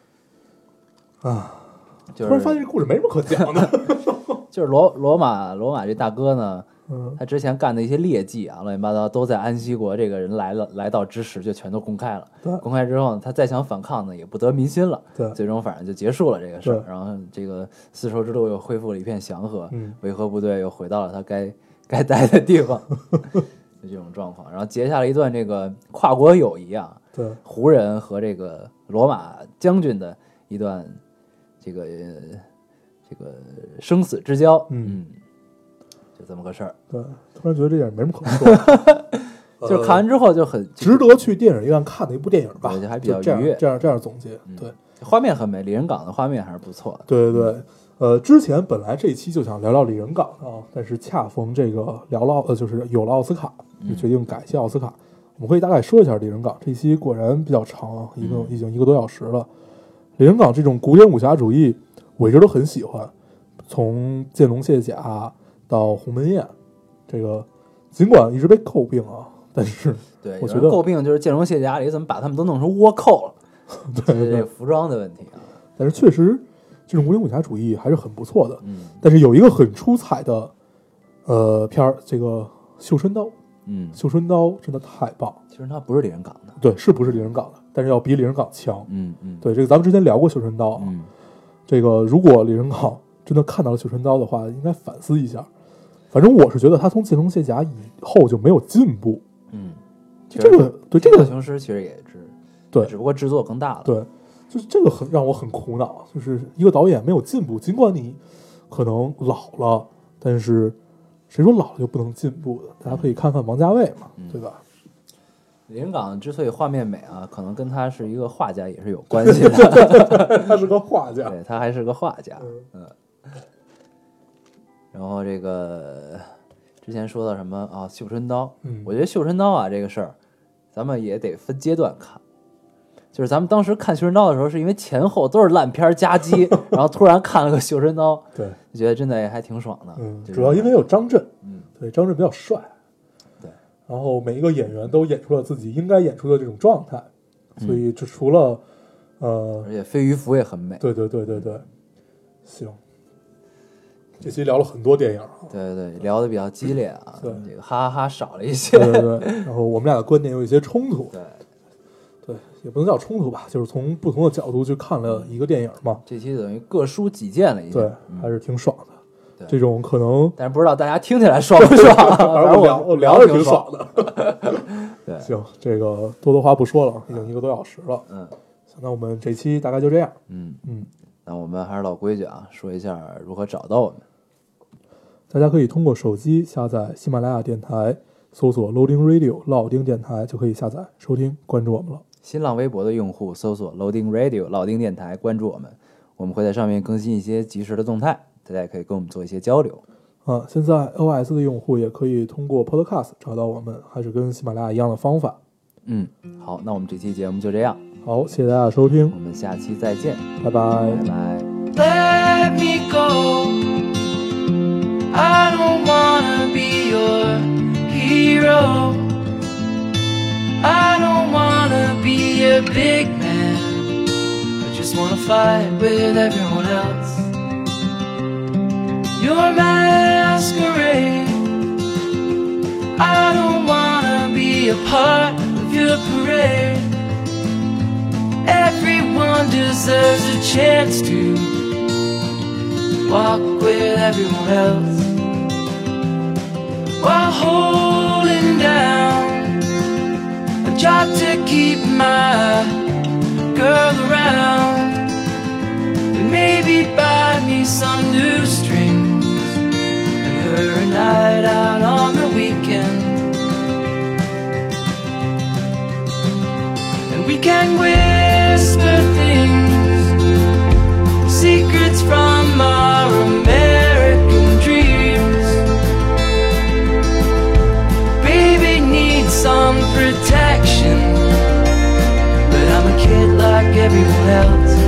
Speaker 2: 突然发现这故事没什么可讲的，
Speaker 1: 就是罗马这大哥呢，他之前干的一些劣迹啊，乱七八糟都在安息国这个人来到之时就全都公开了。公开之后，他再想反抗呢，也不得民心了。对，最终反正就结束了这个事儿。然后这个丝绸之路又恢复了一片祥和，维和部队又回到了他该待的地方，就这种状况。然后结下了一段这个跨国友谊啊，
Speaker 2: 对，
Speaker 1: 胡人和这个罗马将军的一段这个生死之交。就这么个事儿。
Speaker 2: 对，突然觉得这点没什么可说，
Speaker 1: 就是看完之后就很
Speaker 2: 值得去电影院看的一部电影吧，
Speaker 1: 还比较愉悦。
Speaker 2: 这样总结，对，
Speaker 1: 画面很美，李仁港的画面还是不错的。
Speaker 2: 对，之前本来这一期就想聊聊李仁港啊，但是恰逢这个就是有了奥斯卡，就决定改一期奥斯卡。我们可以大概说一下李仁港这一期，果然比较长啊，已经1个多小时了。李仁港这种古典武侠主义，我一直都很喜欢，从剑龙卸甲到鸿门宴，这个尽管一直被诟病啊，但是
Speaker 1: 对，
Speaker 2: 我觉得
Speaker 1: 诟病就是剑龙卸甲里怎么把他们都弄成倭寇了，
Speaker 2: 对，
Speaker 1: 这服装的问题啊。
Speaker 2: 但是确实这种古典武侠主义还是很不错的。但是有一个很出彩的片儿，这个绣春刀，绣春刀真的太棒。
Speaker 1: 其实它不是李仁港的，
Speaker 2: 对，是不是李仁港的？但是要比李仁港强。对，这个咱们之前聊过绣春刀啊。这个如果李仁港真的看到了绣春刀的话，应该反思一下。反正我是觉得他从剑龙卸甲以后就没有进步。这个
Speaker 1: 雄狮其实也是，
Speaker 2: 对，
Speaker 1: 只不过制作更大了。
Speaker 2: 对，就是这个让我很苦恼，就是一个导演没有进步，尽管你可能老了，但是谁说老了就不能进步的？大家可以看看王家卫嘛，对吧？
Speaker 1: 李仁港之所以画面美啊，可能跟他是一个画家也是有关系的。
Speaker 2: 他是个画家，
Speaker 1: 对，他还是个画家。然后这个之前说到什么啊？绣春刀，我觉得绣春刀啊这个事儿，咱们也得分阶段看。就是咱们当时看绣春刀的时候，是因为前后都是烂片夹击，然后突然看了个绣春刀，
Speaker 2: 对，
Speaker 1: 就觉得真的也还挺爽的。
Speaker 2: 主要因为有张震，对，张震比较帅，
Speaker 1: 对，
Speaker 2: 然后每一个演员都演出了自己应该演出的这种状态，所以这除了
Speaker 1: 而且飞鱼服也很美。
Speaker 2: 对，行。这期聊了很多电影，
Speaker 1: 对，聊得比较激烈啊，
Speaker 2: 对，
Speaker 1: 这个哈哈哈少了一些，
Speaker 2: 对，然后我们俩的观点有一些冲突，对，也不能叫冲突吧，就是从不同的角度去看了一个电影嘛。
Speaker 1: 这期等于各抒己见了一下，
Speaker 2: 对，还是挺爽的。这种可能，
Speaker 1: 但是不知道大家听起来爽不爽，反正
Speaker 2: 我聊的挺爽
Speaker 1: 的。对，
Speaker 2: 行，这个多话不说了，已经1个多小时了。那我们这期大概就这样。
Speaker 1: 那我们还是老规矩啊，说一下如何找到我们。
Speaker 2: 大家可以通过手机下载喜马拉雅电台，搜索 Loading Radio 老丁电台就可以下载收听，关注我们了。
Speaker 1: 新浪微博的用户搜索 Loading Radio 老丁电台，关注我们，我们会在上面更新一些即时的动态，大家也可以跟我们做一些交流。
Speaker 2: 现在 iOS 的用户也可以通过 Podcast 找到我们，还是跟喜马拉雅一样的方法。
Speaker 1: 好，那我们这期节目就这样。
Speaker 2: 好，谢谢大家收听，
Speaker 1: 我们下期再见，
Speaker 2: 拜拜，
Speaker 1: 拜拜。
Speaker 3: Let me go. I don't wanna be your hero. I don't wanna be a big man. I just wanna fight with everyone else. Your masquerade. I don't wanna be a part of your parade. Everyone deserves a chance to walk with everyone else while holding down a job to keep my girl around, and maybe buy me some new strings and her a night out on the weekend. And we can whisper things, secrets from our American dreams. Baby needs some protection, but I'm a kid like everyone else.